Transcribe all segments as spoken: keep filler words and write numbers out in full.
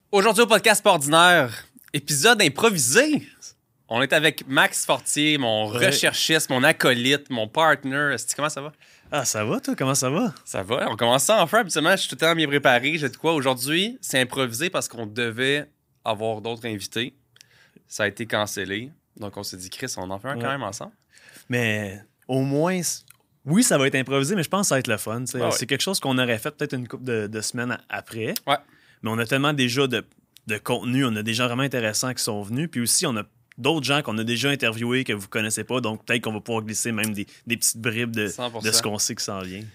Aujourd'hui au podcast Pas ordinaire, épisode improvisé. On est avec Max Fortier, mon ouais. recherchiste, mon acolyte, mon partner. Comment ça va? Ah, ça va, toi? Comment ça va? Ça va. On commence ça enfin. Habituellement, je suis tout le temps bien préparé. J'ai dit quoi? Aujourd'hui, c'est improvisé parce qu'on devait avoir d'autres invités. Ça a été cancellé. Donc, on s'est dit, Chris, on en fait un ouais. quand même ensemble. Mais au moins, oui, ça va être improvisé, mais je pense que ça va être le fun. Ah ouais. C'est quelque chose qu'on aurait fait peut-être une couple de, de semaines après. Ouais. Mais on a tellement déjà de, de contenu, on a des gens vraiment intéressants qui sont venus. Puis aussi, on a d'autres gens qu'on a déjà interviewés que vous ne connaissez pas. Donc, peut-être qu'on va pouvoir glisser même des, des petites bribes de, de ce qu'on sait qui s'en vient.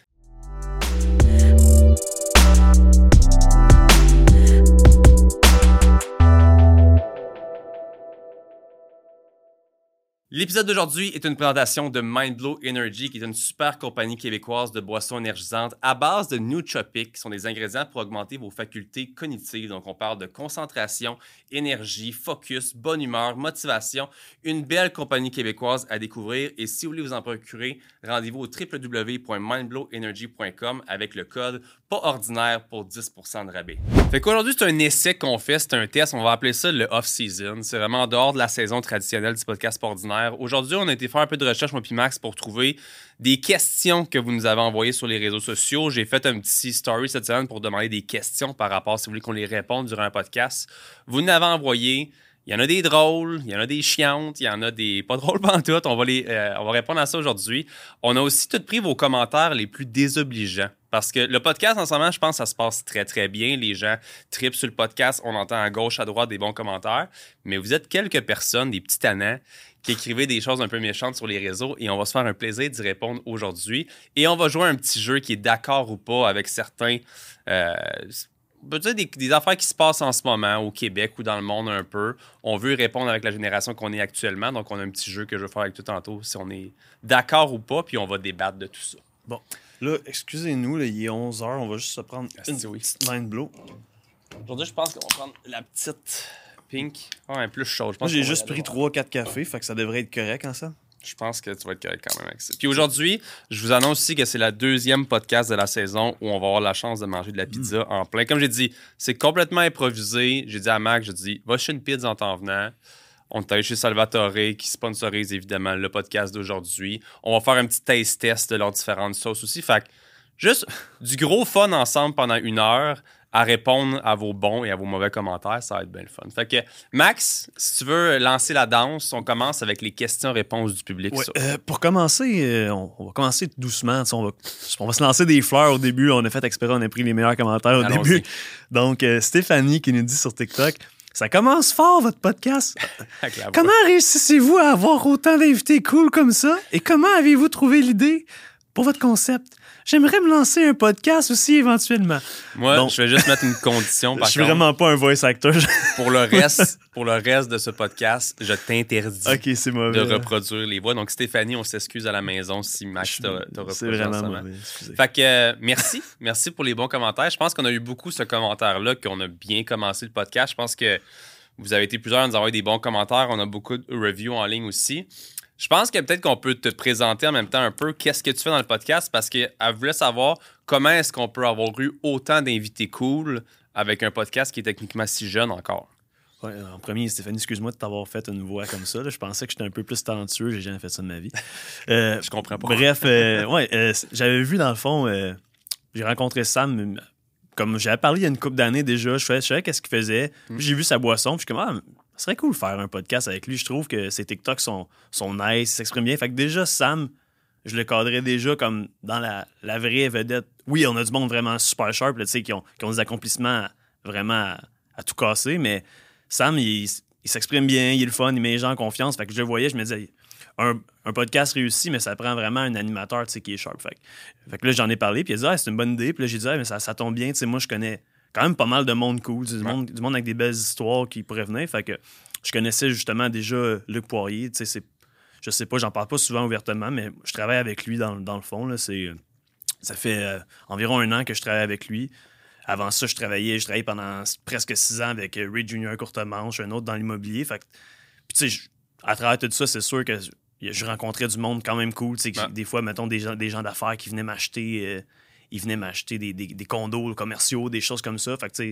L'épisode d'aujourd'hui est une présentation de Mindblow Energy, qui est une super compagnie québécoise de boissons énergisantes à base de nootropics, qui sont des ingrédients pour augmenter vos facultés cognitives. Donc, on parle de concentration, énergie, focus, bonne humeur, motivation. Une belle compagnie québécoise à découvrir. Et si vous voulez vous en procurer, rendez-vous au w w w point mindblow energy point com avec le code pas ordinaire pour dix pour cent de rabais. Fait qu'aujourd'hui, c'est un essai qu'on fait, c'est un test. On va appeler ça le off-season. C'est vraiment en dehors de la saison traditionnelle du podcast Pas ordinaire. Aujourd'hui, on a été faire un peu de recherche, moi puis Max, pour trouver des questions que vous nous avez envoyées sur les réseaux sociaux. J'ai fait un petit story cette semaine pour demander des questions par rapport, si vous voulez qu'on les réponde durant un podcast. Vous nous avez envoyé. Il y en a des drôles, il y en a des chiantes, il y en a des pas drôles pantoute. On va les, euh, on va répondre à ça aujourd'hui. On a aussi tout pris vos commentaires les plus désobligeants. Parce que le podcast, en ce moment, je pense que ça se passe très, très bien. Les gens trippent sur le podcast. On entend à gauche, à droite des bons commentaires. Mais vous êtes quelques personnes, des petits tannants, qui écrivaient des choses un peu méchantes sur les réseaux. Et on va se faire un plaisir d'y répondre aujourd'hui. Et on va jouer à un petit jeu qui est d'accord ou pas avec certains... Euh, peut-être des, des affaires qui se passent en ce moment au Québec ou dans le monde un peu. On veut répondre avec la génération qu'on est actuellement. Donc, on a un petit jeu que je vais faire avec tout tantôt, si on est d'accord ou pas. Puis on va débattre de tout ça. Bon. Là, excusez-nous, là, il est onze heures, on va juste se prendre ah, une oui. petite Mindblow. Aujourd'hui, je pense qu'on va prendre la petite pink. Ah, ouais, plus chaude. Je pense Moi, j'ai juste pris trois quatre cafés, fait que ça devrait être correct en ça. Je pense que tu vas être correct quand même avec ça. Puis aujourd'hui, je vous annonce aussi que c'est la deuxième podcast de la saison où on va avoir la chance de manger de la pizza mmh. en plein. Comme j'ai dit, c'est complètement improvisé. J'ai dit à Mac, j'ai dit, va chez une pizza en t'en venant. On est allé chez Salvatore, qui sponsorise évidemment le podcast d'aujourd'hui. On va faire un petit taste test de leurs différentes sauces aussi. Fait que juste du gros fun ensemble pendant une heure à répondre à vos bons et à vos mauvais commentaires. Ça va être bien le fun. Fait que, Max, si tu veux lancer la danse, on commence avec les questions-réponses du public. Ouais, euh, pour commencer, euh, on, on va commencer doucement. On va, on va se lancer des fleurs au début. On a fait exprès, on a pris les meilleurs commentaires au Allons-y. début. Donc, euh, Stéphanie qui nous dit sur TikTok... Ça commence fort, votre podcast. Comment réussissez-vous à avoir autant d'invités cool comme ça? Et comment avez-vous trouvé l'idée pour votre concept? J'aimerais me lancer un podcast aussi éventuellement. Moi, Donc, je vais juste mettre une condition. Par je suis contre, vraiment pas un voice actor. pour, le reste, pour le reste de ce podcast, je t'interdis okay, c'est mauvais, de reproduire les voix. Donc, Stéphanie, on s'excuse à la maison si Max t'a, t'a reproduit. C'est vraiment mauvais. Excusez. Fait que euh, merci. Merci pour les bons commentaires. Je pense qu'on a eu beaucoup ce commentaire-là, qu'on a bien commencé le podcast. Je pense que vous avez été plusieurs à nous envoyer des bons commentaires. On a beaucoup de reviews en ligne aussi. Je pense que peut-être qu'on peut te présenter en même temps un peu qu'est-ce que tu fais dans le podcast parce qu'elle voulait savoir comment est-ce qu'on peut avoir eu autant d'invités cool avec un podcast qui est techniquement si jeune encore. Ouais, en premier, Stéphanie, excuse-moi de t'avoir fait une voix comme ça. Là. Je pensais que j'étais un peu plus talentueux. J'ai jamais fait ça de ma vie. Euh, Je comprends pas. Bref, euh, ouais, euh, j'avais vu dans le fond, euh, j'ai rencontré Sam... Comme j'avais parlé il y a une couple d'années déjà, je savais, je savais qu'est-ce qu'il faisait. Puis j'ai vu sa boisson, puis je suis comme, ah, ça serait cool de faire un podcast avec lui. Je trouve que ses TikToks sont, sont nice, il s'exprime bien. Fait que déjà, Sam, je le cadrais déjà comme dans la, la vraie vedette. Oui, on a du monde vraiment super sharp, là, qui, ont, qui ont des accomplissements vraiment à, à tout casser, mais Sam, il, il s'exprime bien, il est le fun, il met les gens en confiance. Fait que je le voyais, je me disais... Un, un podcast réussi, mais ça prend vraiment un animateur qui est sharp. Fait, fait que là, j'en ai parlé, puis il a dit ah, c'est une bonne idée. Puis là, j'ai dit ah, mais ça, ça tombe bien. T'sais, moi, je connais quand même pas mal de monde cool, du, ouais. monde, du monde avec des belles histoires qui pourraient venir. Fait que je connaissais justement déjà Luc Poirier. C'est, je sais pas, j'en parle pas souvent ouvertement, mais je travaille avec lui dans, dans le fond. Là, c'est, ça fait euh, environ un an que je travaille avec lui. Avant ça, je travaillais, je travaillais pendant presque six ans avec Ray Junior Courtemanche, un autre dans l'immobilier. Fait que, puis tu sais, à travers tout ça, c'est sûr que je rencontrais du monde quand même cool. Ouais. Des fois, mettons, des gens, des gens d'affaires qui venaient m'acheter, euh, ils venaient m'acheter des, des, des condos commerciaux, des choses comme ça. Fait que, tu sais,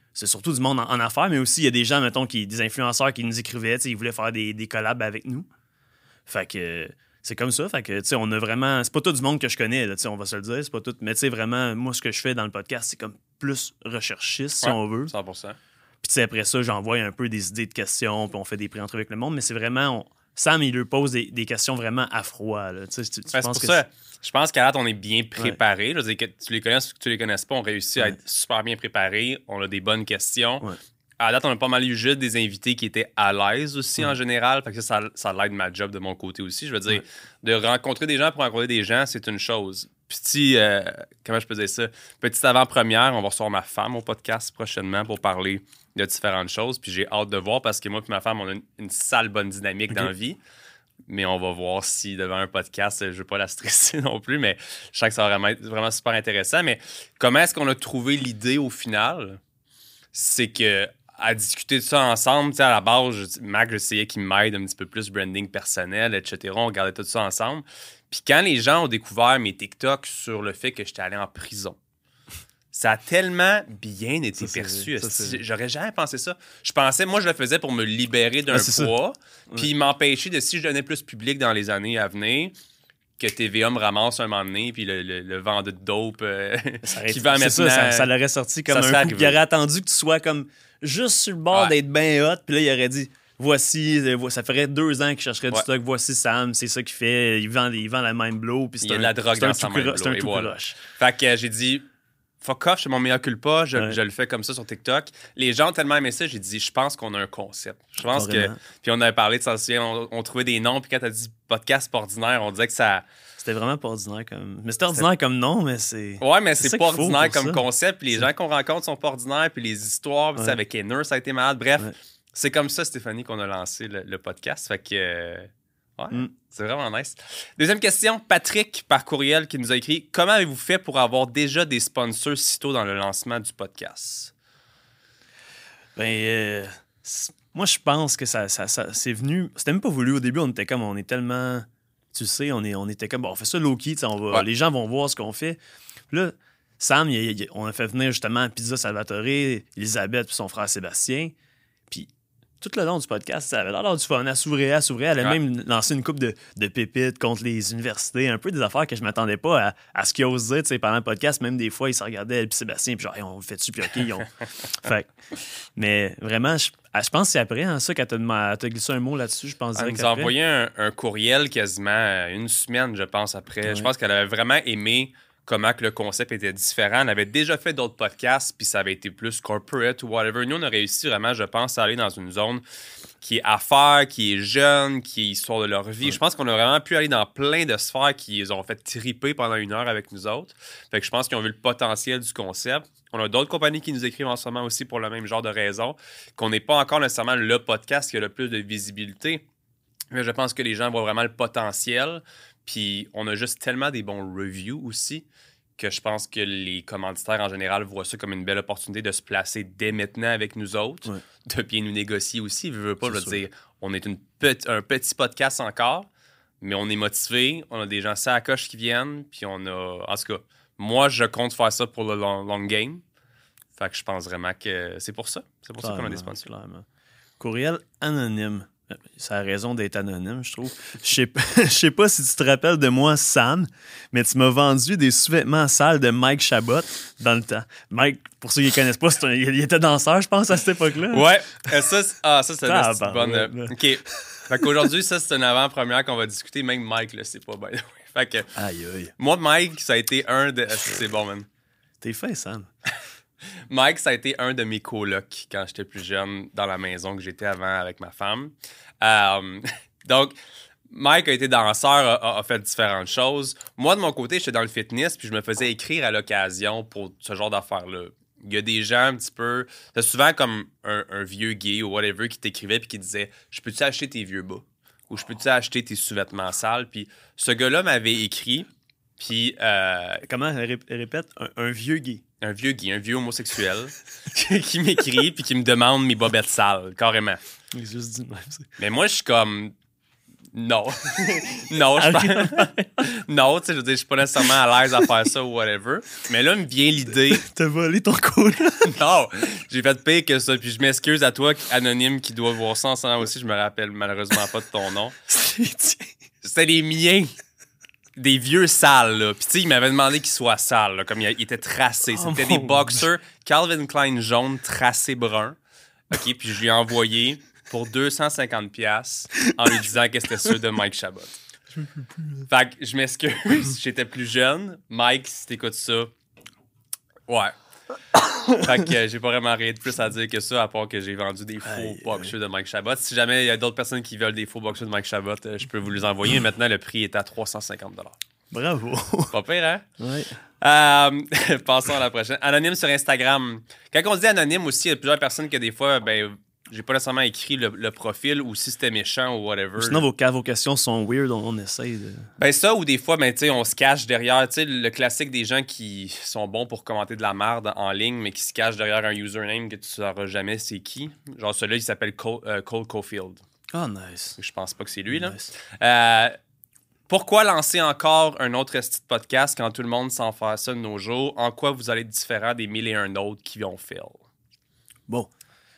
c'est surtout du monde en, en affaires, mais aussi il y a des gens, mettons, qui, des influenceurs qui nous écrivaient, ils voulaient faire des, des collabs avec nous. Fait que c'est comme ça. Fait que, tu sais, on a vraiment. C'est pas tout du monde que je connais, là, on va se le dire. C'est pas tout. Mais, tu sais, vraiment, moi, ce que je fais dans le podcast, c'est comme plus recherchiste, si ouais, on veut. cent pour cent. Puis, tu sais, après ça, j'envoie un peu des idées de questions, puis on fait des pré-entrevues avec le monde. Mais c'est vraiment. On... Sam, il lui pose des, des questions vraiment à froid. Là. Tu sais, tu, tu ouais, penses c'est que pour ça. Je pense qu'à date, on est bien préparé. Ouais. Je veux dire que tu les connaisses ou que tu les connaisses pas, on réussit ouais. à être super bien préparé. On a des bonnes questions. Ouais. À date, on a pas mal eu juste des invités qui étaient à l'aise aussi ouais. en général. Fait que ça, ça, ça l'aide ma job de mon côté aussi. Je veux dire, ouais. de rencontrer des gens pour rencontrer des gens, c'est une chose. Petit, euh, comment je peux dire ça? Petite avant-première, on va recevoir ma femme au podcast prochainement pour parler de différentes choses. Puis j'ai hâte de voir parce que moi et ma femme, on a une, une sale bonne dynamique okay. dans la vie. Mais on va voir si devant un podcast, je ne veux pas la stresser non plus, mais je sens que ça va vraiment être vraiment super intéressant. Mais comment est-ce qu'on a trouvé l'idée au final? C'est que à discuter de ça ensemble, à la base, je, Mac, j'essayais qu'il m'aide un petit peu plus branding personnel, et cetera. On regardait tout ça ensemble. Puis quand les gens ont découvert mes TikTok sur le fait que j'étais allé en prison, ça a tellement bien été ça, perçu. Ça, J'aurais jamais pensé ça. Je pensais, moi, je le faisais pour me libérer d'un ah, poids, puis ouais. m'empêcher de, si je donnais plus public dans les années à venir, que T V A me ramasse un moment donné, puis le, le, le vendeur de dope euh, qui vend maintenant... Ça, ça, ça l'aurait sorti comme un coup. Arrivé. Il aurait attendu que tu sois comme juste sur le bord ouais. d'être bien hot, puis là, il aurait dit... Voici, ça ferait deux ans qu'il chercherait ouais. du stock. Voici Sam, c'est ça qu'il fait. Il vend, il vend la Mind Blow. Il y a un, de la drogue dans sa Mind Blow. C'est un tout voilà. Fait que euh, j'ai dit, fuck off, c'est mon meilleur culpa. Je, ouais. je le fais comme ça sur TikTok. Les gens ont tellement aimé ça, j'ai dit, je pense qu'on a un concept. Je pense Carrément. que. Puis on avait parlé de ça, on, on trouvait des noms. Puis quand t'as dit podcast pas ordinaire, on disait que ça. C'était vraiment pas ordinaire comme. Mais c'était ordinaire comme nom, mais c'est. Ouais, mais c'est, c'est pas ordinaire comme ça. concept. Puis les c'est... gens qu'on rencontre sont pas ordinaires. Puis les histoires, ouais. avec Enner, ça a été malade. Bref. Ouais. C'est comme ça, Stéphanie, qu'on a lancé le, le podcast. Fait que, euh, ouais, mm. c'est vraiment nice. Deuxième question, Patrick, par courriel, qui nous a écrit « Comment avez-vous fait pour avoir déjà des sponsors sitôt dans le lancement du podcast? » Ben, euh, moi, je pense que ça, ça, ça c'est venu... C'était même pas voulu. Au début, on était comme, on est tellement... Tu sais, on, est, on était comme, bon, on fait ça low-key, on va, ouais. les gens vont voir ce qu'on fait. Puis là, Sam, il, il, on a fait venir justement Pizza Salvatore, Elisabeth puis son frère Sébastien. Puis tout le long du podcast, ça avait l'air du fun. Elle s'ouvrait, elle s'ouvrait. Elle a ouais. même lancé une couple de, de pépites contre les universités. Un peu des affaires que je m'attendais pas à, à ce qu'ils osent dire pendant le podcast. Même des fois, ils se regardaient, elle et Sébastien, puis genre, hey, on le fait-tu, puis OK, ils ont... fait, mais vraiment, je, je pense que c'est après, hein, ça, quand t'as, t'as glissé un mot là-dessus, je pense. Elle nous a envoyé un, un courriel quasiment une semaine, je pense, après. Ouais. Je pense qu'elle avait vraiment aimé comment que le concept était différent. On avait déjà fait d'autres podcasts, puis ça avait été plus corporate ou whatever. Nous, on a réussi vraiment, je pense, à aller dans une zone qui est affaires, qui est jeune, qui est histoire de leur vie. Ouais. Je pense qu'on a vraiment pu aller dans plein de sphères qui les ont fait triper pendant une heure avec nous autres. Fait que je pense qu'ils ont vu le potentiel du concept. On a d'autres compagnies qui nous écrivent en ce moment aussi pour le même genre de raison, qu'on n'est pas encore nécessairement le podcast qui a le plus de visibilité. Mais je pense que les gens voient vraiment le potentiel. Puis on a juste tellement des bons reviews aussi que je pense que les commanditaires en général voient ça comme une belle opportunité de se placer dès maintenant avec nous autres, ouais. de bien nous négocier aussi. Je veux pas, je veux dire, on est une petit, un petit podcast encore, mais on est motivé, on a des gens ça à coche qui viennent, puis on a... En tout cas, moi, je compte faire ça pour le long, long game. Fait que je pense vraiment que c'est pour ça. C'est pour clairement, ça qu'on a des sponsors. Clairement. Courriel anonyme. Ça a raison d'être anonyme, je trouve. Je sais pas, je sais pas si tu te rappelles de moi, Sam, mais tu m'as vendu des sous-vêtements sales de Mike Chabot dans le temps. Mike, pour ceux qui ne connaissent pas, c'est un, il était danseur, je pense, à cette époque-là. Ouais. Euh, ça, c'est, ah, ça, c'est ah, une bonne... Euh, OK. Fait qu'aujourd'hui, ça, c'est une avant-première qu'on va discuter. Même Mike, là, c'est pas bien. Fait que... Aïe, aïe. Moi, Mike, ça a été un de... C'est bon, man. T'es fin, Sam. Mike, ça a été un de mes colocs quand j'étais plus jeune dans la maison que j'étais avant avec ma femme. Euh, donc, Mike a été danseur, a, a fait différentes choses. Moi, de mon côté, j'étais dans le fitness puis je me faisais écrire à l'occasion pour ce genre d'affaires-là. Il y a des gens un petit peu... C'est souvent comme un, un vieux gay ou whatever qui t'écrivait puis qui disait « Je peux-tu acheter tes vieux bas? » Ou « Je peux-tu acheter tes sous-vêtements sales? » Puis ce gars-là m'avait écrit puis... Euh, Comment? Répète. Un, un vieux gay. Un vieux gay, un vieux homosexuel qui m'écrit puis qui me demande mes bobettes sales, carrément. Juste dit même ça. Mais moi, je suis comme... Non. non, je pense... non, tu sais, je veux dire, je suis pas nécessairement à l'aise à faire ça ou whatever. Mais là, me vient l'idée... T'as volé ton cool. non, j'ai fait pire que ça. Puis je m'excuse à toi, anonyme, qui doit voir ça ensemble aussi. Je me rappelle malheureusement pas de ton nom. C'était les miens. Des vieux sales, là. Puis tu sais, il m'avait demandé qu'ils soient sales, là, comme il était tracé. Oh C'était des boxers Calvin Klein jaune tracé brun. OK, puis je lui ai envoyé... pour deux cent cinquante dollars en lui disant que c'était ceux de Mike Chabot. Fait que je m'excuse, j'étais plus jeune. Mike, si t'écoutes ça, ouais. Fait que euh, j'ai pas vraiment rien de plus à dire que ça, à part que j'ai vendu des faux aïe, boxers de Mike Chabot. Si jamais il y a d'autres personnes qui veulent des faux boxers de Mike Chabot, euh, je peux vous les envoyer. Mais maintenant, le prix est à trois cent cinquante dollars. Bravo. Pas pire, hein? Ouais. Euh, passons à la prochaine. Anonyme sur Instagram. Quand on dit anonyme aussi, il y a plusieurs personnes que des fois, ben... j'ai pas nécessairement écrit le, le profil ou si c'était méchant ou whatever. Sinon, vos, vos questions sont weird, on, on essaye de... Ben ça, ou des fois, ben, tu sais, on se cache derrière, tu sais, le classique des gens qui sont bons pour commenter de la merde en ligne, mais qui se cachent derrière un username que tu sauras jamais c'est qui. Genre, celui-là, il s'appelle Cole, euh, Cole Caulfield. Ah, oh, nice. Je pense pas que c'est lui, là. Nice. Euh, pourquoi lancer encore un autre esti de podcast quand tout le monde s'en fait ça de nos jours? En quoi vous allez être différent des mille et un autres qui ont fait? Bon.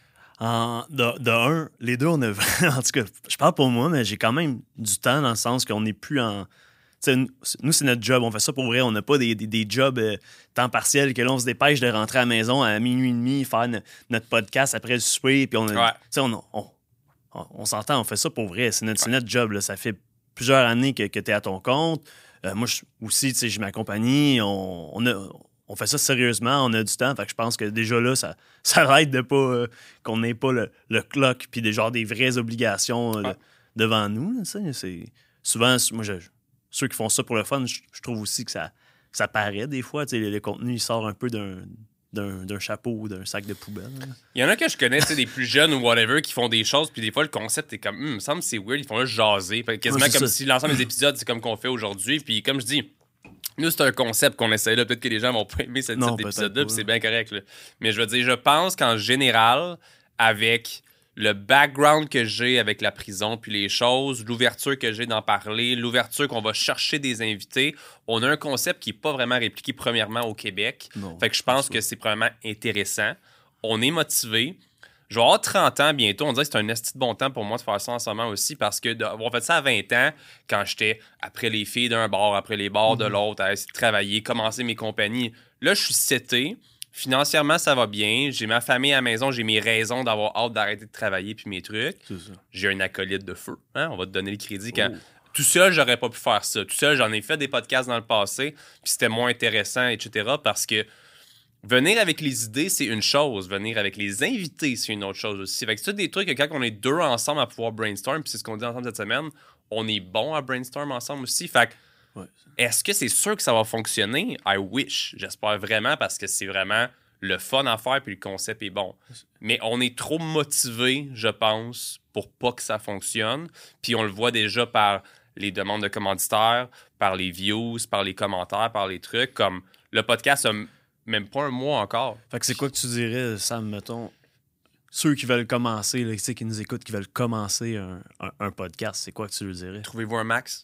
En, de, de un, les deux, on a vraiment... En tout cas, je parle pour moi, mais j'ai quand même du temps dans le sens qu'on n'est plus en... T'sais, nous, c'est notre job. On fait ça pour vrai. On n'a pas des, des, des jobs euh, temps partiel que là, on se dépêche de rentrer à la maison à minuit et demi, faire ne, notre podcast après le souper. Puis on, ouais. on, on, on, on s'entend, on fait ça pour vrai. C'est notre, ouais. c'est notre job. Là. Ça fait plusieurs années que, que tu es à ton compte. Euh, moi, je, aussi, j'ai ma compagnie. On, on, a, on fait ça sérieusement. On a du temps. Fait que je pense que déjà là, ça, ça aide de pas euh, qu'on n'ait pas le, le clock puis des, genre, des vraies obligations euh, ouais. de, devant nous. Là, c'est, souvent, moi, je... Ceux qui font ça pour le fun, je, je trouve aussi que ça, ça paraît des fois. Le, le contenu, il sort un peu d'un, d'un, d'un chapeau ou d'un sac de poubelle. Là. Il y en a que je connais, des plus jeunes ou whatever, qui font des choses, puis des fois, le concept est comme, il me semble que c'est weird, ils font là jaser. Quasiment ouais, comme ça. Si l'ensemble des épisodes, c'est comme qu'on fait aujourd'hui. Puis comme je dis, nous, c'est un concept qu'on essaie là. Peut-être que les gens vont pas aimer ce type d'épisode-là, puis c'est bien correct. Là. Mais je veux dire, je pense qu'en général, avec... le background que j'ai avec la prison, puis les choses, l'ouverture que j'ai d'en parler, l'ouverture qu'on va chercher des invités, on a un concept qui n'est pas vraiment répliqué premièrement au Québec. Non, fait que je pense que c'est probablement intéressant. On est motivé. Je vais avoir trente ans bientôt. On dirait que c'est un esti de bon temps pour moi de faire ça en ce moment aussi parce que d'avoir fait ça à vingt ans, quand j'étais après les filles d'un bar, après les bars mm-hmm. de l'autre, à essayer de travailler, commencer mes compagnies. Là, je suis seté. Financièrement, ça va bien. J'ai ma famille à la maison. J'ai mes raisons d'avoir hâte d'arrêter de travailler puis mes trucs. J'ai un acolyte de feu. Hein? On va te donner le crédit. Quand... Oh. Tout seul, j'aurais pas pu faire ça. Tout seul, j'en ai fait des podcasts dans le passé puis c'était moins intéressant, et cetera. Parce que venir avec les idées, c'est une chose. Venir avec les invités, c'est une autre chose aussi. Fait que c'est des trucs que quand on est deux ensemble à pouvoir brainstorm, puis c'est ce qu'on dit ensemble cette semaine, on est bon à brainstorm ensemble aussi. Fait que ouais. Est-ce que c'est sûr que ça va fonctionner? I wish. J'espère vraiment parce que c'est vraiment le fun à faire puis le concept est bon. Mais on est trop motivé, je pense, pour pas que ça fonctionne. Puis on le voit déjà par les demandes de commanditaires, par les views, par les commentaires, par les trucs. Comme le podcast a même pas un mois encore. Fait que c'est quoi que tu dirais, Sam, mettons, ceux qui veulent commencer, là, qui nous écoutent, qui veulent commencer un, un, un podcast, c'est quoi que tu leur dirais? Trouvez-vous un max?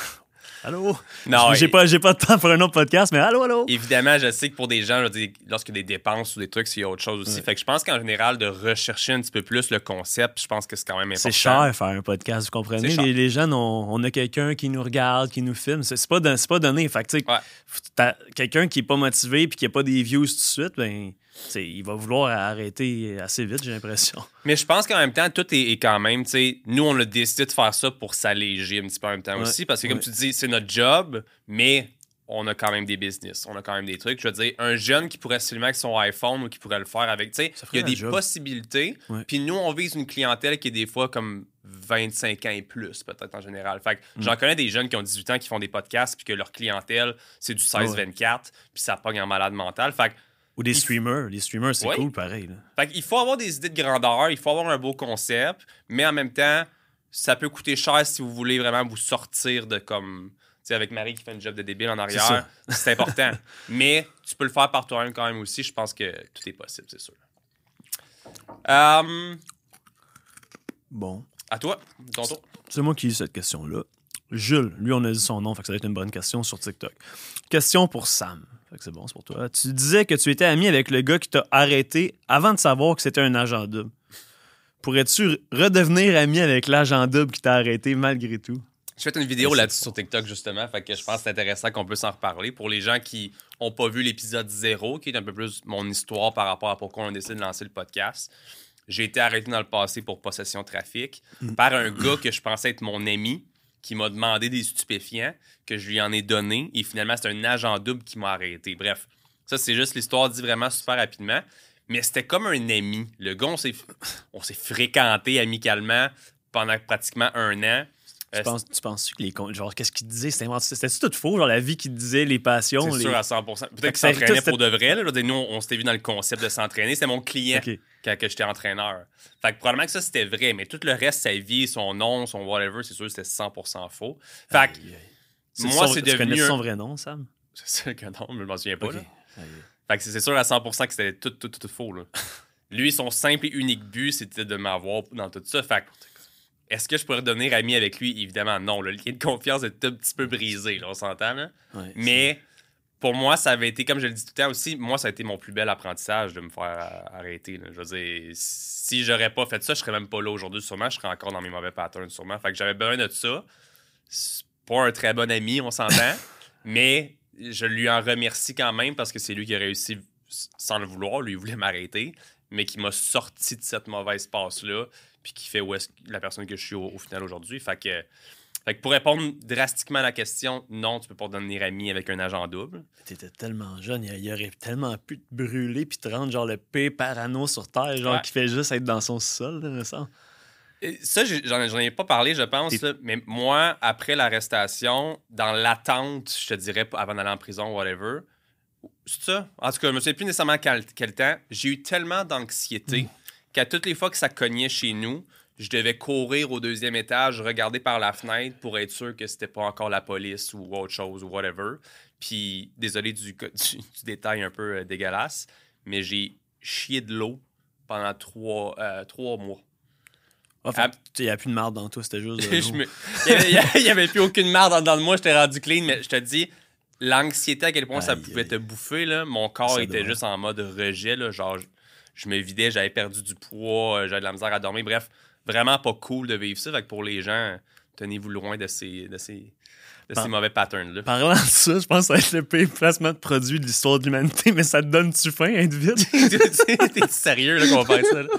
Allô? Non, j'ai, et... pas, j'ai pas de temps pour un autre podcast, mais allô, allô? Évidemment, je sais que pour des gens, je dis, lorsqu'il y a des dépenses ou des trucs, c'est autre chose aussi. Ouais. Fait que je pense qu'en général, de rechercher un petit peu plus le concept, je pense que c'est quand même important. C'est cher faire un podcast, vous comprenez? Les, les gens, on, on a quelqu'un qui nous regarde, qui nous filme. C'est, c'est, pas, don, c'est pas donné. Fait que, tu sais, ouais. quelqu'un qui est pas motivé puis qui a pas des views tout de suite, ben... T'sais, il va vouloir arrêter assez vite, j'ai l'impression. Mais je pense qu'en même temps, tout est, est quand même... Nous, on a décidé de faire ça pour s'alléger un petit peu en même temps ouais, aussi. Parce que, comme ouais. tu dis, c'est notre job, mais on a quand même des business. On a quand même des trucs. Je veux dire, un jeune qui pourrait se filmer avec son iPhone ou qui pourrait le faire avec... Il y a des job. possibilités. Ouais. Puis nous, on vise une clientèle qui est des fois comme vingt-cinq ans et plus, peut-être en général. Fait que mm. j'en connais des jeunes qui ont dix-huit ans qui font des podcasts puis que leur clientèle, c'est du seize vingt-quatre puis ça pogne en malade mental. Fait que ou des streamers. Les streamers, c'est oui. cool, pareil. Là. Fait qu'il faut avoir des idées de grandeur, il faut avoir un beau concept, mais en même temps, ça peut coûter cher si vous voulez vraiment vous sortir de comme... Tu sais, avec Marie qui fait une job de débile en arrière, c'est, c'est important. Mais tu peux le faire par toi-même quand même aussi. Je pense que tout est possible, c'est sûr. Um, bon. À toi, ton tour. C'est moi qui ai eu cette question-là. Jules, lui, on a dit son nom, fait que ça va être une bonne question sur TikTok. Question pour Sam. Fait que c'est bon, c'est pour toi. Tu disais que tu étais ami avec le gars qui t'a arrêté avant de savoir que c'était un agent double. Pourrais-tu redevenir ami avec l'agent double qui t'a arrêté malgré tout? J'ai fait une vidéo là-dessus sur TikTok, justement, fait que je pense que c'est intéressant qu'on puisse en reparler. Pour les gens qui n'ont pas vu l'épisode zéro, qui est un peu plus mon histoire par rapport à pourquoi on a décidé de lancer le podcast, j'ai été arrêté dans le passé pour possession de trafic par un gars que je pensais être mon ami, qui m'a demandé des stupéfiants, que je lui en ai donné, et finalement, c'est un agent double qui m'a arrêté. Bref, ça, c'est juste l'histoire dit vraiment super rapidement. Mais c'était comme un ami. Le gars, on s'est, on s'est fréquenté amicalement pendant pratiquement un an. Tu, euh, penses, tu penses que les comptes, genre, qu'est-ce qu'il disait? C'était, c'était tout faux, genre la vie qu'il disait, les passions. C'est les... sûr à cent pour cent. Peut-être qu'il s'entraînait pour de vrai. Là. Nous, on, on s'était vu dans le concept de s'entraîner. C'était mon client okay. quand que j'étais entraîneur. Fait que probablement que ça, c'était vrai. Mais tout le reste, sa vie, son nom, son whatever, c'est sûr que c'était cent pour cent faux. Fait que c'est moi, son, c'est tu devenu... connais son vrai nom, Sam? C'est sûr que non, mais je m'en souviens pas. Okay. Là. Fait que c'est sûr à cent pour cent que c'était tout, tout, tout, tout faux. Là. Lui, son simple et unique but, c'était de m'avoir dans tout ça. Fait que est-ce que je pourrais devenir ami avec lui? Évidemment, non. Là. Le lien de confiance est un petit peu brisé, là, on s'entend. Là. Ouais, mais pour moi, ça avait été, comme je le dis tout le temps aussi, moi, ça a été mon plus bel apprentissage de me faire arrêter. Là. Je veux dire, si j'aurais pas fait ça, je serais même pas là aujourd'hui. Sûrement, je serais encore dans mes mauvais patterns, sûrement. Fait que j'avais besoin de ça. C'est pas un très bon ami, on s'entend. Mais je lui en remercie quand même parce que c'est lui qui a réussi, sans le vouloir, lui, il voulait m'arrêter, mais qui m'a sorti de cette mauvaise passe-là, puis qui fait où est la personne que je suis au, au final aujourd'hui. Fait que, fait que pour répondre drastiquement à la question, non, tu peux pas devenir ami avec un agent double. T'étais tellement jeune, il, il aurait tellement pu te brûler puis te rendre genre le pire parano sur Terre, genre ouais. qui fait juste être dans son sol, là, me semble. Ça, j'en, j'en ai pas parlé, je pense, là, mais moi, après l'arrestation, dans l'attente, je te dirais, avant d'aller en prison, whatever, c'est ça. En tout cas, je me souviens plus nécessairement quel, quel temps. J'ai eu tellement d'anxiété mm. qu'à toutes les fois que ça cognait chez nous, je devais courir au deuxième étage, regarder par la fenêtre pour être sûr que c'était pas encore la police ou autre chose ou whatever. Puis, désolé du, du, du détail un peu euh, dégueulasse, mais j'ai chié de l'eau pendant trois, euh, trois mois. Ah, fait, ah, il n'y a plus de marde dans toi, c'était juste de me... Il n'y avait plus aucune marde dans, dans moi, j'étais rendu clean, mais je te dis, l'anxiété à quel point aïe, ça pouvait aïe. te bouffer, là, mon corps ça était doit. juste en mode rejet, là, genre je, je me vidais, j'avais perdu du poids, j'avais de la misère à dormir, bref, vraiment pas cool de vivre ça, fait que pour les gens, tenez-vous loin de ces, de ces, de Par... ces mauvais patterns-là. Parlant de ça, je pense que ça va être le pire placement de produit de l'histoire de l'humanité, mais ça te donne-tu faim, être vide? T'es sérieux là, qu'on va faire ça, là?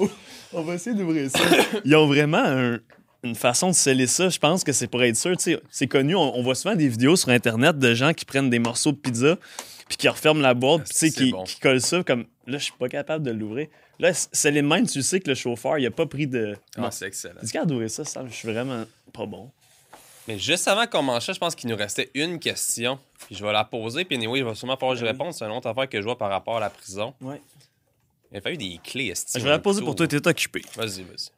On va essayer d'ouvrir ça. Ils ont vraiment un, une façon de sceller ça. Je pense que c'est pour être sûr. T'sais, c'est connu. On, on voit souvent des vidéos sur Internet de gens qui prennent des morceaux de pizza puis qui referment la boîte puis qui, bon. qui collent ça comme... Là, je suis pas capable de l'ouvrir. Là, c'est les mêmes. Tu sais que le chauffeur, il a pas pris de... Ah, non. C'est excellent. Dis qu'à d'ouvrir ça, ça, je suis vraiment pas bon. Mais juste avant qu'on mange ça, je pense qu'il nous restait une question. Puis je vais la poser. Puis anyway, il va sûrement falloir que je réponde. C'est une autre affaire que je vois par rapport à la prison. Ouais. Il a fallu des clés, est-ce je vais la poser pour toi, t'es occupé. Vas-y, vas-y.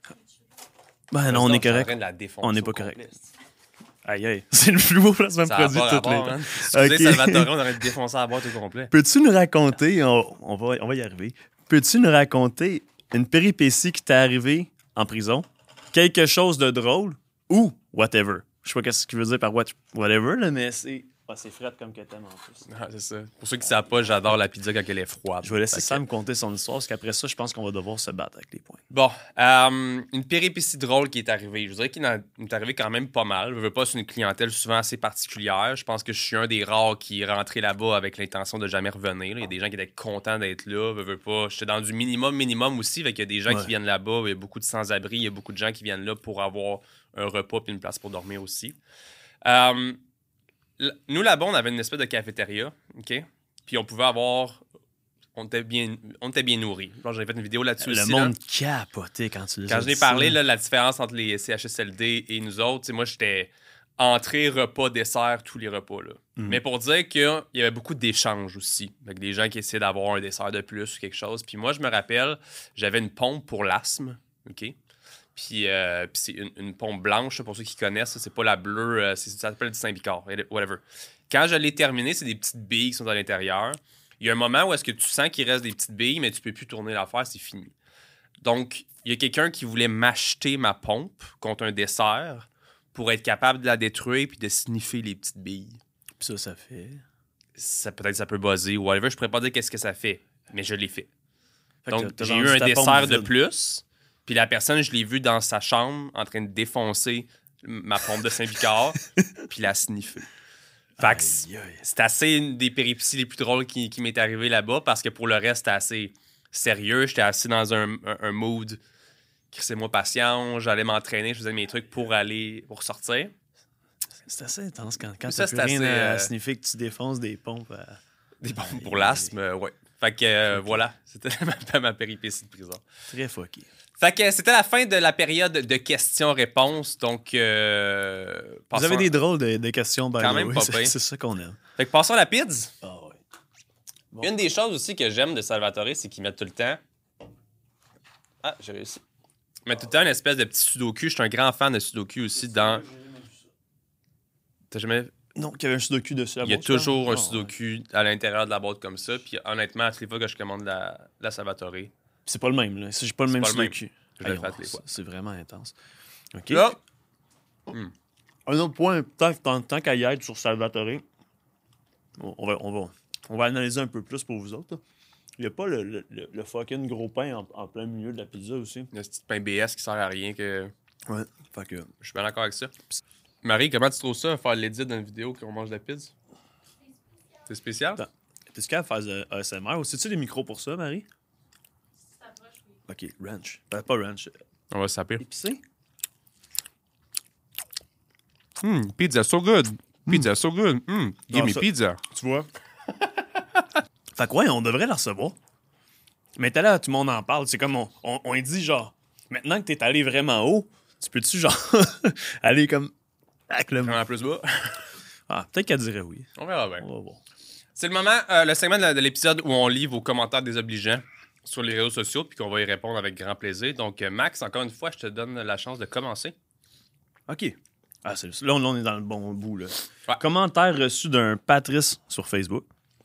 Ben non, on est correct. On n'est pas correct. Aïe, aïe. C'est le plus beau placement de produit de toutes les temps. Excusez, okay. Salvatore, on aurait défoncé la boîte au complet. Peux-tu nous raconter, on, on, va, on va y arriver, peux-tu nous raconter une péripétie qui t'est arrivée en prison, quelque chose de drôle ou whatever? Je sais pas ce qu'il veut dire par what, whatever, là, mais c'est... Ah, c'est frette comme que t'aimes en plus. Ah, c'est ça. Pour ceux qui ne savent pas, j'adore la pizza quand elle est froide. Je vais laisser Sam me conter son histoire, parce qu'après ça, je pense qu'on va devoir se battre avec les points. Bon, euh, une péripétie drôle qui est arrivée. Je vous dirais qu'il est arrivé quand même pas mal. Je veux pas, c'est une clientèle souvent assez particulière. Je pense que je suis un des rares qui est rentré là-bas avec l'intention de jamais revenir. Il y a des gens qui étaient contents d'être là. Je veux pas. J'étais dans du minimum, minimum aussi. Fait qu'il y a des gens ouais. qui viennent là-bas. Il y a beaucoup de sans-abri. Il y a beaucoup de gens qui viennent là pour avoir un repas et une place pour dormir aussi. Euh, Nous, là-bas, on avait une espèce de cafétéria, OK? Puis on pouvait avoir... On était bien, on était bien nourris. J'avais fait une vidéo là-dessus le aussi. Le monde là. capotait quand tu le Quand je n'ai parlé, là, la différence entre les C H S L D et nous autres, moi, j'étais entrée, repas, dessert, tous les repas. Là. Mm. Mais pour dire qu'il y avait beaucoup d'échanges aussi, avec des gens qui essayaient d'avoir un dessert de plus ou quelque chose. Puis moi, je me rappelle, j'avais une pompe pour l'asthme, OK? Puis, euh, puis c'est une, une pompe blanche, pour ceux qui connaissent, c'est pas la bleue, euh, c'est, ça s'appelle du Saint-Picard, whatever. Quand je l'ai terminé, c'est des petites billes qui sont à l'intérieur. Il y a un moment où est-ce que tu sens qu'il reste des petites billes, mais tu peux plus tourner l'affaire, c'est fini. Donc, il y a quelqu'un qui voulait m'acheter ma pompe contre un dessert pour être capable de la détruire puis de sniffer les petites billes. Puis ça, ça fait... Ça, peut-être ça peut buzzer ou whatever. Je pourrais pas dire qu'est-ce que ça fait, mais je l'ai fait. Fait que Donc, t'as j'ai eu vendu un ta pompe dessert de vide. plus. Puis la personne, je l'ai vue dans sa chambre en train de défoncer ma pompe de Saint-Vicard puis la sniffer. Fait que Aïe, aïe. c'est assez une des péripéties les plus drôles qui, qui m'est arrivé là-bas parce que pour le reste, c'était assez sérieux. J'étais assis dans un, un, un mood c'est moi patient, j'allais m'entraîner, je faisais mes trucs pour aller pour sortir. C'est assez intense quand, quand Ça, t'as plus c'est rien assez, à euh, sniffer que tu défonces des pompes. À... Des bombes pour l'asthme, euh, ouais. Fait que euh, voilà, c'était ma, ma péripétie de prison. Très fucké. Fait que c'était la fin de la période de questions-réponses. Donc, euh, Vous passons- avez des drôles de, de questions, by Quand the même way. pas C'est pire. c'est ça qu'on aime. Fait que passons à la pizza. Ah ouais. Bon. Une des choses aussi que j'aime de Salvatore, c'est qu'ils mettent tout le temps. Ah, j'ai réussi. Ils mettent tout le temps une espèce de petit sudoku. Je suis un grand fan de sudoku aussi dans. T'as jamais. Non, qu'il y avait un sudoku dessus. la Il y a boîte, toujours là? un Ah, sudoku à l'intérieur de la boîte comme ça. Puis honnêtement, à toutes les fois que je commande la, la Salvatore, ouais. C'est pas le même, là. C'est pas le C'est même pas le même. sudoku. je le Aïe, fais à on- toutes les fois. C'est vraiment intense. OK. Là, Un autre point, tant, tant, tant qu'à y être sur Salvatore, on on va, on, va, on va analyser un peu plus pour vous autres. là. Il n'y a pas le, le, le- le fucking gros pain en, en plein milieu de la pizza aussi. il y a ce petit pain B S qui sert à rien que. Ouais. Fait que... Je suis bien d'accord avec ça. Marie, comment tu trouves ça, faire l'édit d'une vidéo qu'on mange de la pizza? C'est spécial? Attends. T'es-tu capable de faire de A S M R? Ou c'est-tu des micros pour ça, Marie? OK, ranch. Euh, pas ranch. On va se saper. Épicé? Hum, pizza so good. Pizza so good. Hum, give Ah, me ça- pizza. Tu vois? Fait que ouais, on devrait la recevoir. Mais t'as là, tout le monde en parle. C'est comme on, on, on dit genre, maintenant que t'es allé vraiment haut, tu peux-tu genre aller comme avec le... Vraiment plus bas. Ah, peut-être qu'elle dirait oui. On verra bien. On va voir. C'est le moment, euh, le segment de, la- de l'épisode où on lit vos commentaires désobligeants sur les réseaux sociaux puis qu'on va y répondre avec grand plaisir. Donc, euh, Max, encore une fois, je te donne la chance de commencer. OK. Ah, c'est là, on, là, on est dans le bon bout. Là. Ouais. Commentaire reçu d'un Patrice sur Facebook.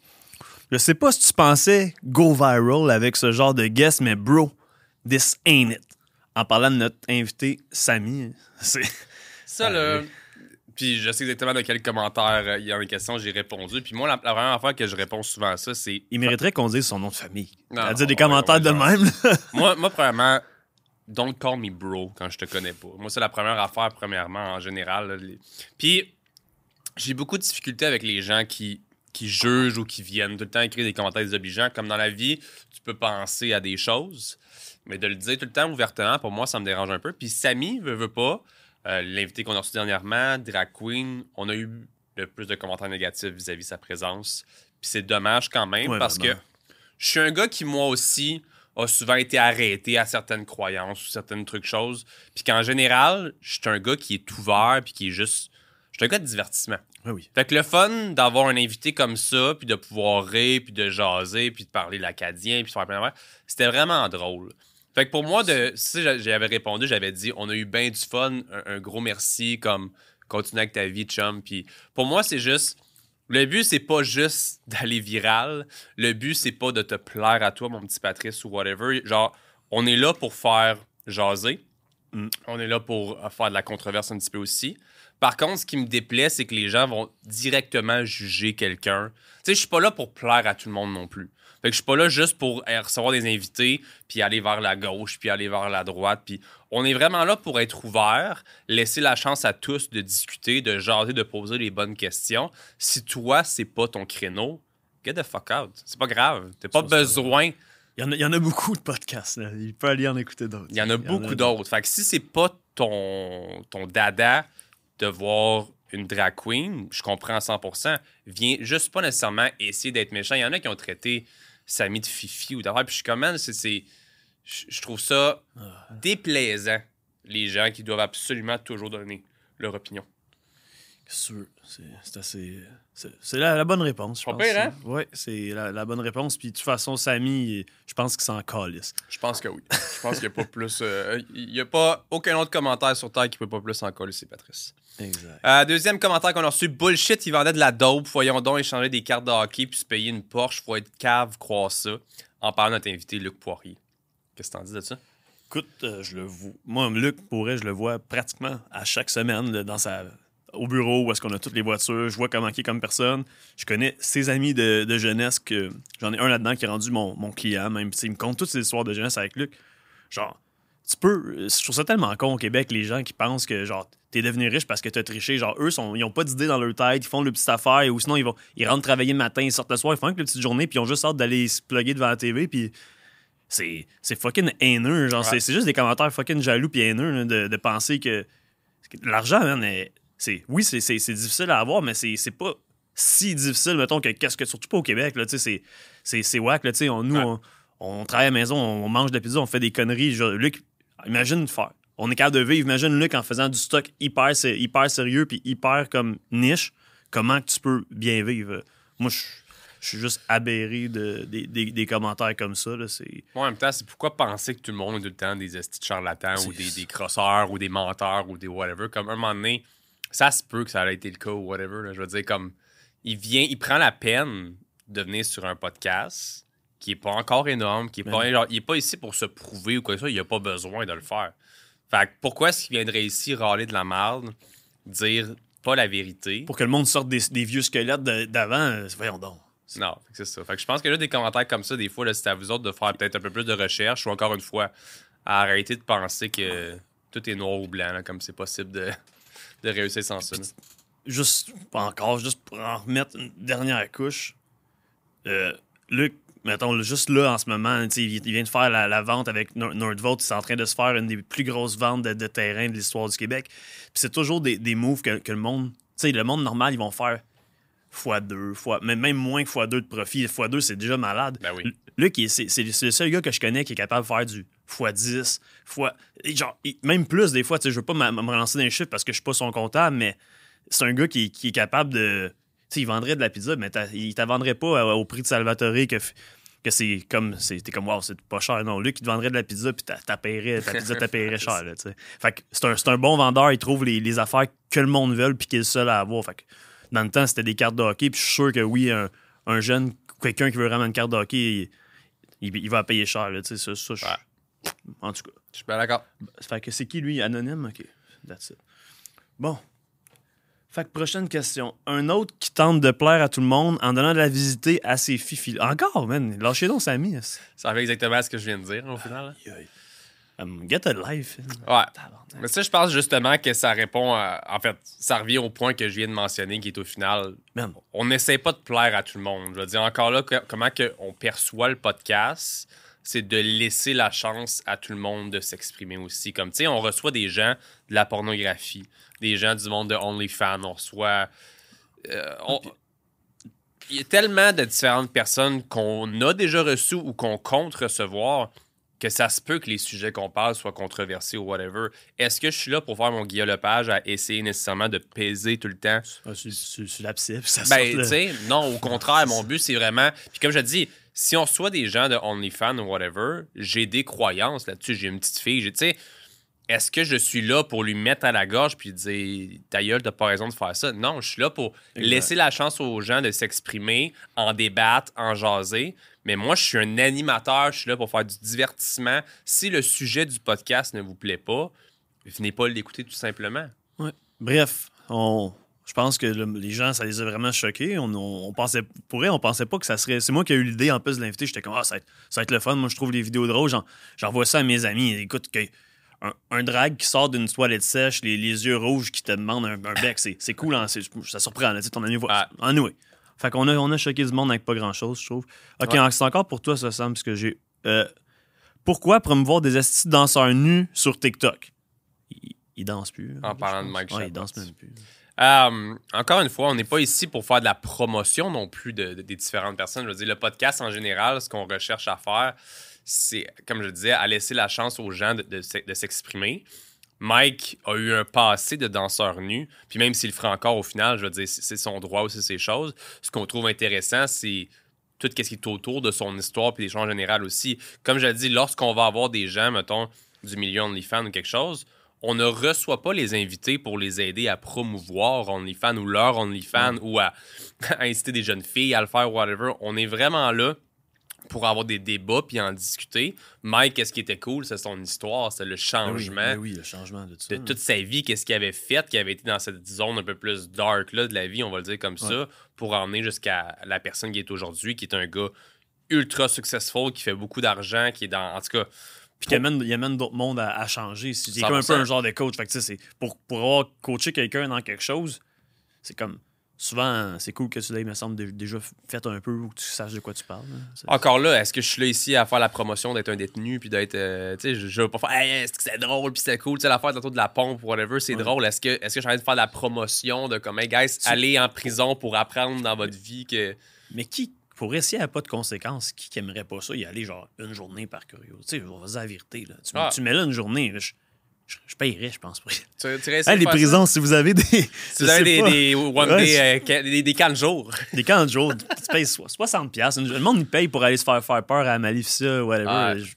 Je sais pas si tu pensais go viral avec ce genre de guest, mais bro, this ain't it. En parlant de notre invité Samy, c'est... Ça, Ah, là. oui. Puis je sais exactement de quel commentaire euh, il y a une question, j'ai répondu. Puis moi, la, la première affaire que je réponds souvent à ça, c'est. Il mériterait qu'on dise son nom de famille. Non, à dire des on va- commentaires on va de le même. là. moi, moi, premièrement, don't call me bro quand je te connais pas. Moi, c'est la première affaire, premièrement, en général. là, les- Puis, j'ai beaucoup de difficultés avec les gens qui, qui jugent ou qui viennent tout le temps écrire des commentaires désobligeants. Comme dans la vie, tu peux penser à des choses, mais de le dire tout le temps ouvertement, pour moi, ça me dérange un peu. Puis, Samy, veut, veut pas, euh, l'invité qu'on a reçu dernièrement, Drag Queen, on a eu le plus de commentaires négatifs vis-à-vis de sa présence. Puis, c'est dommage quand même Ouais, parce vraiment. que je suis un gars qui, moi aussi, a souvent été arrêté à certaines croyances ou certaines trucs choses. Puis qu'en général, je suis un gars qui est ouvert puis qui est juste... Je suis un gars de divertissement. Oui, oui. Fait que le fun d'avoir un invité comme ça, puis de pouvoir rire, puis de jaser, puis de parler de l'acadien, puis de faire plein d'affaires, c'était vraiment drôle. Fait que pour moi, de, si j'a- j'avais répondu, j'avais dit on a eu bien du fun, un, un gros merci, comme continue avec ta vie, chum. Puis pour moi, c'est juste. Le but, c'est pas juste d'aller viral. Le but, c'est pas de te plaire à toi, mon petit Patrice, ou whatever. Genre, on est là pour faire jaser. Mm. On est là pour euh, faire de la controverse un petit peu aussi. Par contre, ce qui me déplaît, c'est que les gens vont directement juger quelqu'un. Tu sais, je suis pas là pour plaire à tout le monde non plus. Fait que je suis pas là juste pour euh, recevoir des invités, puis aller vers la gauche, puis aller vers la droite. Puis on est vraiment là pour être ouvert, laisser la chance à tous de discuter, de jaser, de poser les bonnes questions. Si toi, c'est pas ton créneau, get the fuck out. C'est pas grave. T'as pas Ça, c'est besoin. Il y, en a, il y en a beaucoup de podcasts. Là. Il peut aller en écouter d'autres. Il y en a beaucoup d'autres. Fait que si c'est pas ton, ton dada de voir une drag queen, je comprends à cent pour cent, viens juste pas nécessairement essayer d'être méchant. Il y en a qui ont traité Samy de fifi ou d'affaires, puis je suis comme, man, c'est... c'est- Je je trouve ça déplaisant, les gens qui doivent absolument toujours donner leur opinion. C'est sûr. C'est c'est assez. C'est c'est la, la bonne réponse, je Pas pense. pire, hein? Oui, c'est la, la bonne réponse. Puis de toute façon, Samy, je pense qu'il s'en calisse. Je pense que oui. Je pense qu'il n'y a pas plus... euh, Il n'y a pas aucun autre commentaire sur Terre qui peut pas plus en coller, c'est Patrice. Exact. Euh, deuxième commentaire qu'on a reçu, bullshit, il vendait de la dope. Voyons donc échanger des cartes de hockey puis se payer une Porsche. Faut être cave, croire ça. En parlant de notre invité Luc Poirier. Qu'est-ce que t'en dis de ça? Écoute, euh, je le vois. Moi, Luc, pourrait, je le vois pratiquement à chaque semaine là, dans sa... au bureau où est-ce qu'on a toutes les voitures. Je vois comment il est comme personne. Je connais ses amis de, de jeunesse. que J'en ai un là-dedans qui est rendu mon, mon client. Même, il me conte toutes ses histoires de jeunesse avec Luc. Genre, tu peux... Je trouve ça tellement con au Québec, les gens qui pensent que genre t'es devenu riche parce que t'as triché. Genre, eux, sont, ils ont pas d'idée dans leur tête. Ils font leur petite affaire. Ou sinon, ils, vont, ils rentrent travailler le matin, ils sortent le soir. Ils font une petite journée. Puis ils ont juste hâte d'aller se plugger devant la T V. Puis... C'est, c'est fucking haineux. Genre, ouais. c'est, c'est juste des commentaires fucking jaloux pis haineux là, de, de penser que, que l'argent, man, est, c'est, oui, c'est, c'est, c'est difficile à avoir, mais c'est, c'est pas si difficile, mettons, que qu'est-ce que surtout pas au Québec. Là, c'est, c'est, c'est whack. Là, on, nous, ouais. on, on travaille à la maison, on mange de la pizza, on fait des conneries. Genre, Luc, imagine faire. On est capable de vivre. Imagine Luc en faisant du stock hyper, hyper sérieux puis hyper comme niche. Comment que tu peux bien vivre? Moi, je Je suis juste aberré de, de, de, des commentaires comme ça. Là, c'est... Moi, en même temps, c'est pourquoi penser que tout le monde est tout le temps des estis de charlatans c'est... ou des, des crosseurs ou des menteurs ou des whatever. Comme un moment donné, ça se peut que ça ait été le cas ou whatever. Là. Je veux dire, comme il vient, il prend la peine de venir sur un podcast qui est pas encore énorme, qui est pas, genre, il est pas ici pour se prouver ou quoi que ça, il a pas besoin de le faire. Fait que pourquoi est-ce qu'il viendrait ici râler de la merde, dire pas la vérité? Pour que le monde sorte des, des vieux squelettes de, d'avant, voyons donc. Non, c'est ça. Fait que je pense que là, des commentaires comme ça, des fois, là, c'est à vous autres de faire peut-être un peu plus de recherche ou encore une fois, à arrêter de penser que tout est noir ou blanc, là, comme c'est possible de, de réussir sans ça. Là. Juste, pas encore, juste pour en remettre une dernière couche, euh, Luc, mettons, juste là, en ce moment, il vient de faire la, la vente avec Nordvolt, il est en train de se faire une des plus grosses ventes de, de terrain de l'histoire du Québec. Puis c'est toujours des, des moves que, que le monde, tu sais, le monde normal, ils vont faire fois deux, fois, mais même moins que fois deux de profit. Fois deux, c'est déjà malade. Ben oui. Luc, c'est, c'est, c'est le seul gars que je connais qui est capable de faire du fois dix, fois... Genre, même plus des fois. Je veux pas me relancer dans les chiffres parce que je suis pas son comptable, mais c'est un gars qui, qui est capable de... Tu sais, il vendrait de la pizza, mais il t'en vendrait pas au prix de Salvatore que, que c'est comme... C'est, t'es comme, wow, c'est pas cher. Non, Luc, il te vendrait de la pizza puis ta pizza t'appairait cher. Là, fait que c'est un, c'est un bon vendeur. Il trouve les, les affaires que le monde veut puis qu'il est le seul à avoir. Fait que dans le temps, c'était des cartes de hockey. Puis je suis sûr que oui, un, un jeune, quelqu'un qui veut vraiment une carte de hockey, il, il, il va payer cher. Là, ça, ça, je, ouais. En tout cas. Je suis pas d'accord. Fait que c'est qui, lui? Anonyme? OK. That's it. Bon. Fait que prochaine question. Un autre qui tente de plaire à tout le monde en donnant de la visiter à ses filles. Encore, man. Lâchez donc Samy. Ça fait exactement ce que je viens de dire, au final. Aïe, aïe. Um, get a life. Ouais. Mais ça, je pense justement que ça répond à... En fait, ça revient au point que je viens de mentionner, qui est au final... Man. On n'essaie pas de plaire à tout le monde. Je veux dire, encore là, que, comment que on perçoit le podcast, c'est de laisser la chance à tout le monde de s'exprimer aussi. Comme, tu sais, on reçoit des gens de la pornographie, des gens du monde de OnlyFans, on reçoit... Euh, on... Il y a tellement de différentes personnes qu'on a déjà reçues ou qu'on compte recevoir... que ça se peut que les sujets qu'on parle soient controversés ou whatever. Est-ce que je suis là pour faire mon Guillaume Lepage à essayer nécessairement de peser tout le temps? Ah, c'est, c'est, c'est l'abscisse, ça Ben, tu sais, non, au contraire, mon but, c'est vraiment... Puis comme je te dis, si on reçoit des gens de OnlyFans ou whatever, j'ai des croyances là-dessus. J'ai une petite fille, tu sais... Est-ce que je suis là pour lui mettre à la gorge puis dire « Ta gueule, t'as pas raison de faire ça? » Non, je suis là pour exact. Laisser la chance aux gens de s'exprimer, en débattre, en jaser. Mais moi, je suis un animateur, je suis là pour faire du divertissement. Si le sujet du podcast ne vous plaît pas, venez pas l'écouter tout simplement. Ouais. Bref, on... je pense que le, les gens, ça les a vraiment choqués. On, on, on pensait, pour eux, on pensait pas que ça serait... C'est moi qui ai eu l'idée, en plus, de l'inviter. J'étais comme « Ah, ça, ça va être le fun. » Moi, je trouve les vidéos drôles. J'en, j'envoie ça à mes amis. Écoute, que... Un, un drag qui sort d'une toilette sèche, les, les yeux rouges, qui te demande un, un bec, c'est, c'est cool, hein, c'est, ça surprend, là, ton ami voit. Ah. Anyway. Fait qu'on a, on a choqué du monde avec pas grand-chose, je trouve. OK, ouais. C'est encore pour toi, ça, Sam, parce que j'ai... Euh, pourquoi promouvoir des estis danseurs nus sur TikTok? Ils, ils dansent plus. En parlant de Mike Shadows. Ouais, ils dansent même plus. Um, encore une fois, on n'est pas ici pour faire de la promotion non plus de, de, des différentes personnes. Je veux dire, le podcast, en général, ce qu'on recherche à faire... c'est, comme je le disais, à laisser la chance aux gens de, de, de s'exprimer. Mike a eu un passé de danseur nu, puis même s'il le fera encore au final, je veux dire, c'est son droit aussi, ces choses. Ce qu'on trouve intéressant, c'est tout ce qui est autour de son histoire, puis des choses en général aussi. Comme je le dis, lorsqu'on va avoir des gens, mettons, du milieu OnlyFans ou quelque chose, on ne reçoit pas les invités pour les aider à promouvoir OnlyFans ou leur OnlyFans mmh. ou à, à inciter des jeunes filles à le faire, whatever. On est vraiment là pour avoir des débats puis en discuter. Mike, qu'est-ce qui était cool, c'est son histoire, c'est le changement. Ben oui, oui, le changement de, ça, de toute sa vie, qu'est-ce qu'il avait fait, qui avait été dans cette zone un peu plus dark là, de la vie, on va le dire comme ouais. ça, pour emmener jusqu'à la personne qui est aujourd'hui, qui est un gars ultra successful, qui fait beaucoup d'argent, qui est dans... En tout cas... Puis il amène, il amène d'autres mondes à, à changer. C'est comme un peu un genre de coach. Fait que, c'est, pour, pour avoir coaché quelqu'un dans quelque chose, c'est comme... Souvent, c'est cool que tu l'aies, me semble, déjà fait un peu ou que tu saches de quoi tu parles. Encore là, est-ce que je suis là ici à faire la promotion d'être un détenu puis d'être. Euh, tu sais, je, je veux pas faire. Hey, est-ce que c'est drôle puis c'est cool? Tu sais, l'affaire tantôt de la pompe ou whatever, c'est ouais. drôle. Est-ce que, est-ce que je suis en train de faire la promotion de comme, hey, guys, tu... aller en prison pour apprendre dans votre vie que. Mais qui, pour essayer à pas de conséquences, qui, qui aimerait pas ça y aller genre une journée par curiosité? On va se dire la vérité. Là. Tu, ah. tu mets là une journée. Là, je... Je, je payerais, je pense. Tu, tu hey, les prisons, ça? Si vous avez des. Si vous avez des, des one ouais, day, euh, des, des camps de jour. Des camps de jour. Tu payes soixante dollars. Le monde, il paye pour aller se faire faire peur à Maleficent, whatever. Ah. Je...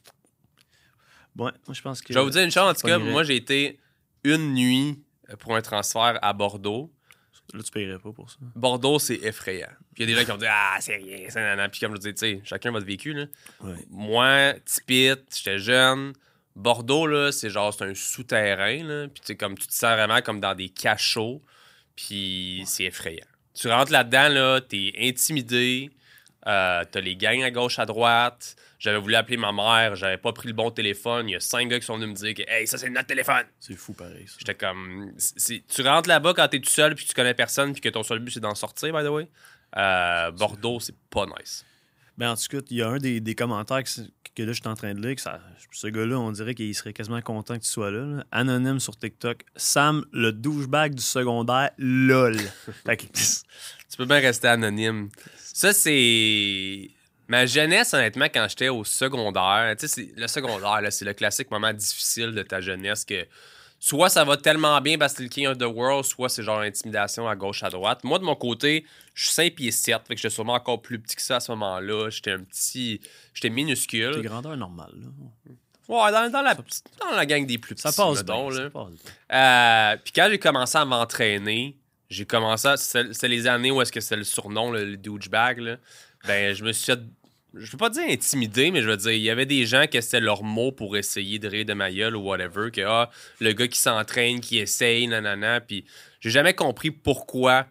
Bon, moi, je pense que. Je vais vous dire une chose, en tout cas. Moi, j'ai été une nuit pour un transfert à Bordeaux. Là, tu payerais pas pour ça. Bordeaux, c'est effrayant. Puis il y a des gens qui ont dit ah, c'est rien, c'est nanana. Puis comme je dis, tu sais, chacun votre vécu, là. Ouais. Moi, tipit, j'étais jeune. Bordeaux, là, c'est genre, c'est un souterrain, là. Puis tu comme tu te sens vraiment comme dans des cachots. Puis c'est effrayant. Tu rentres là-dedans, là, t'es intimidé. Euh, t'as les gangs à gauche, à droite. J'avais voulu appeler ma mère, j'avais pas pris le bon téléphone. Il y a cinq gars qui sont venus me dire que hey, ça, c'est notre téléphone. C'est fou, pareil. Ça. J'étais comme. C'est... Tu rentres là-bas quand t'es tout seul, puis tu connais personne, puis que ton seul but, c'est d'en sortir, by the way. Euh, Bordeaux, c'est pas nice. Ben, en tout cas, il y a un des, des commentaires que, que là, je suis en train de lire. Que ça, ce gars-là, on dirait qu'il serait quasiment content que tu sois là. là. Anonyme sur TikTok. Sam, le douchebag du secondaire, lol. Fait que... Tu peux bien rester anonyme. Ça, c'est... Ma jeunesse, honnêtement, quand j'étais au secondaire, tu sais, le secondaire, là, c'est le classique moment difficile de ta jeunesse que soit ça va tellement bien parce que c'est le king of the world, soit c'est genre intimidation à gauche, à droite. Moi, de mon côté, je suis cinq pieds sept, fait que j'étais sûrement encore plus petit que ça à ce moment-là. J'étais un petit... J'étais minuscule. T'es grandeur normale, là. Ouais, dans, dans, la, dans la gang des plus petits. Ça passe mettons, bien, là. Ça passe bien. Euh, puis quand j'ai commencé à m'entraîner, j'ai commencé à... C'est, c'est les années où est-ce que c'est le surnom, le, le douchebag, là. Ben, je me suis fait... Je veux pas dire intimidé, mais je veux dire, il y avait des gens qui c'était leur mot pour essayer de rire de ma gueule ou whatever, que ah, le gars qui s'entraîne, qui essaye, nanana, puis j'ai jamais compris pourquoi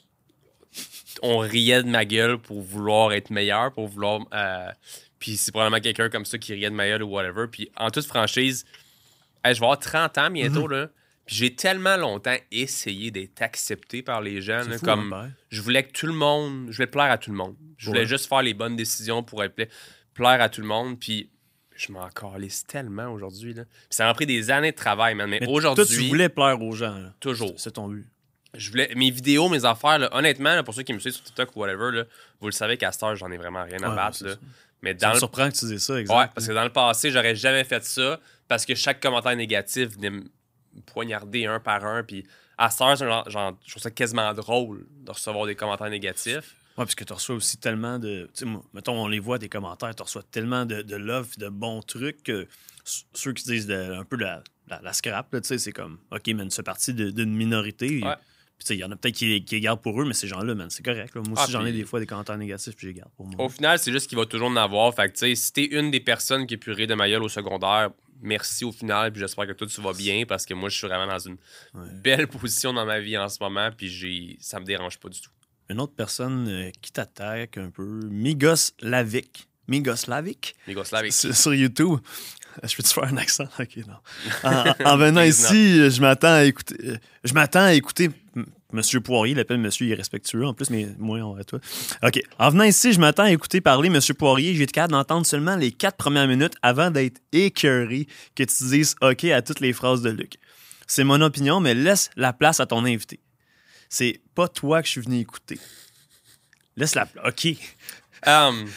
on riait de ma gueule pour vouloir être meilleur, pour vouloir... Euh, puis c'est probablement quelqu'un comme ça qui riait de ma gueule ou whatever, puis en toute franchise, hey, je vais avoir trente ans bientôt, mm-hmm. là, puis j'ai tellement longtemps essayé d'être accepté par les gens, là, fou, comme hein, je voulais que tout le monde, je voulais plaire à tout le monde. Je voulais ouais. juste faire les bonnes décisions pour être pla- plaire à tout le monde, puis je m'en calisse tellement aujourd'hui, là. Puis ça m'a pris des années de travail, man, mais, mais aujourd'hui... Toi, tu voulais plaire aux gens, là. Toujours. C'est, c'est ton but. Je voulais... Mes vidéos, mes affaires, là, honnêtement, là, pour ceux qui me suivent sur TikTok ou whatever, là, vous le savez qu'à cette heure, j'en ai vraiment rien à ouais, battre, là. Ça. Mais dans ça me le... surprend que tu dises ça, exact. Ouais, parce que dans le passé, j'aurais jamais fait ça, parce que chaque commentaire négatif venait me poignarder un par un, puis à cette heure, genre, genre, je trouve ça quasiment drôle de recevoir des commentaires négatifs. Ouais, parce que tu reçois aussi tellement de... Tu sais, mettons, on les voit, tes commentaires, tu reçois tellement de, de love et de bons trucs que ceux qui disent de, un peu la, la, la scrap, tu sais, c'est comme, OK, man, c'est partie de, d'une minorité. Ouais. Puis, tu sais, il y en a peut-être qui, qui les gardent pour eux, mais ces gens-là, man, c'est correct. Là. Moi aussi, ah, j'en ai des fois des commentaires négatifs, puis je les garde pour moi. Au final, c'est juste qu'il va toujours en avoir. Fait que, tu sais, si t'es une des personnes qui a pu rire de ma gueule au secondaire, merci au final, puis j'espère que toi, tu vas bien, parce que moi, je suis vraiment dans une ouais. belle position dans ma vie en ce moment, puis j'ai... ça me dérange pas du tout. Une autre personne euh, qui t'attaque un peu, Migos Lavic. Migos Lavic? Migos Lavic. Sur, sur YouTube. Je peux-tu faire un accent? OK, non. En, en venant ici, je m'attends à écouter... Euh, je m'attends à écouter... Monsieur Poirier, il appelle Monsieur irrespectueux en plus, mais moi, on va toi. OK. En venant ici, je m'attends à écouter parler Monsieur Poirier. J'ai été capable d'entendre seulement les quatre premières minutes avant d'être écœuré que tu dises OK à toutes les phrases de Luc. C'est mon opinion, mais laisse la place à ton invité. C'est pas toi que je suis venu écouter. Laisse la place. OK. Um,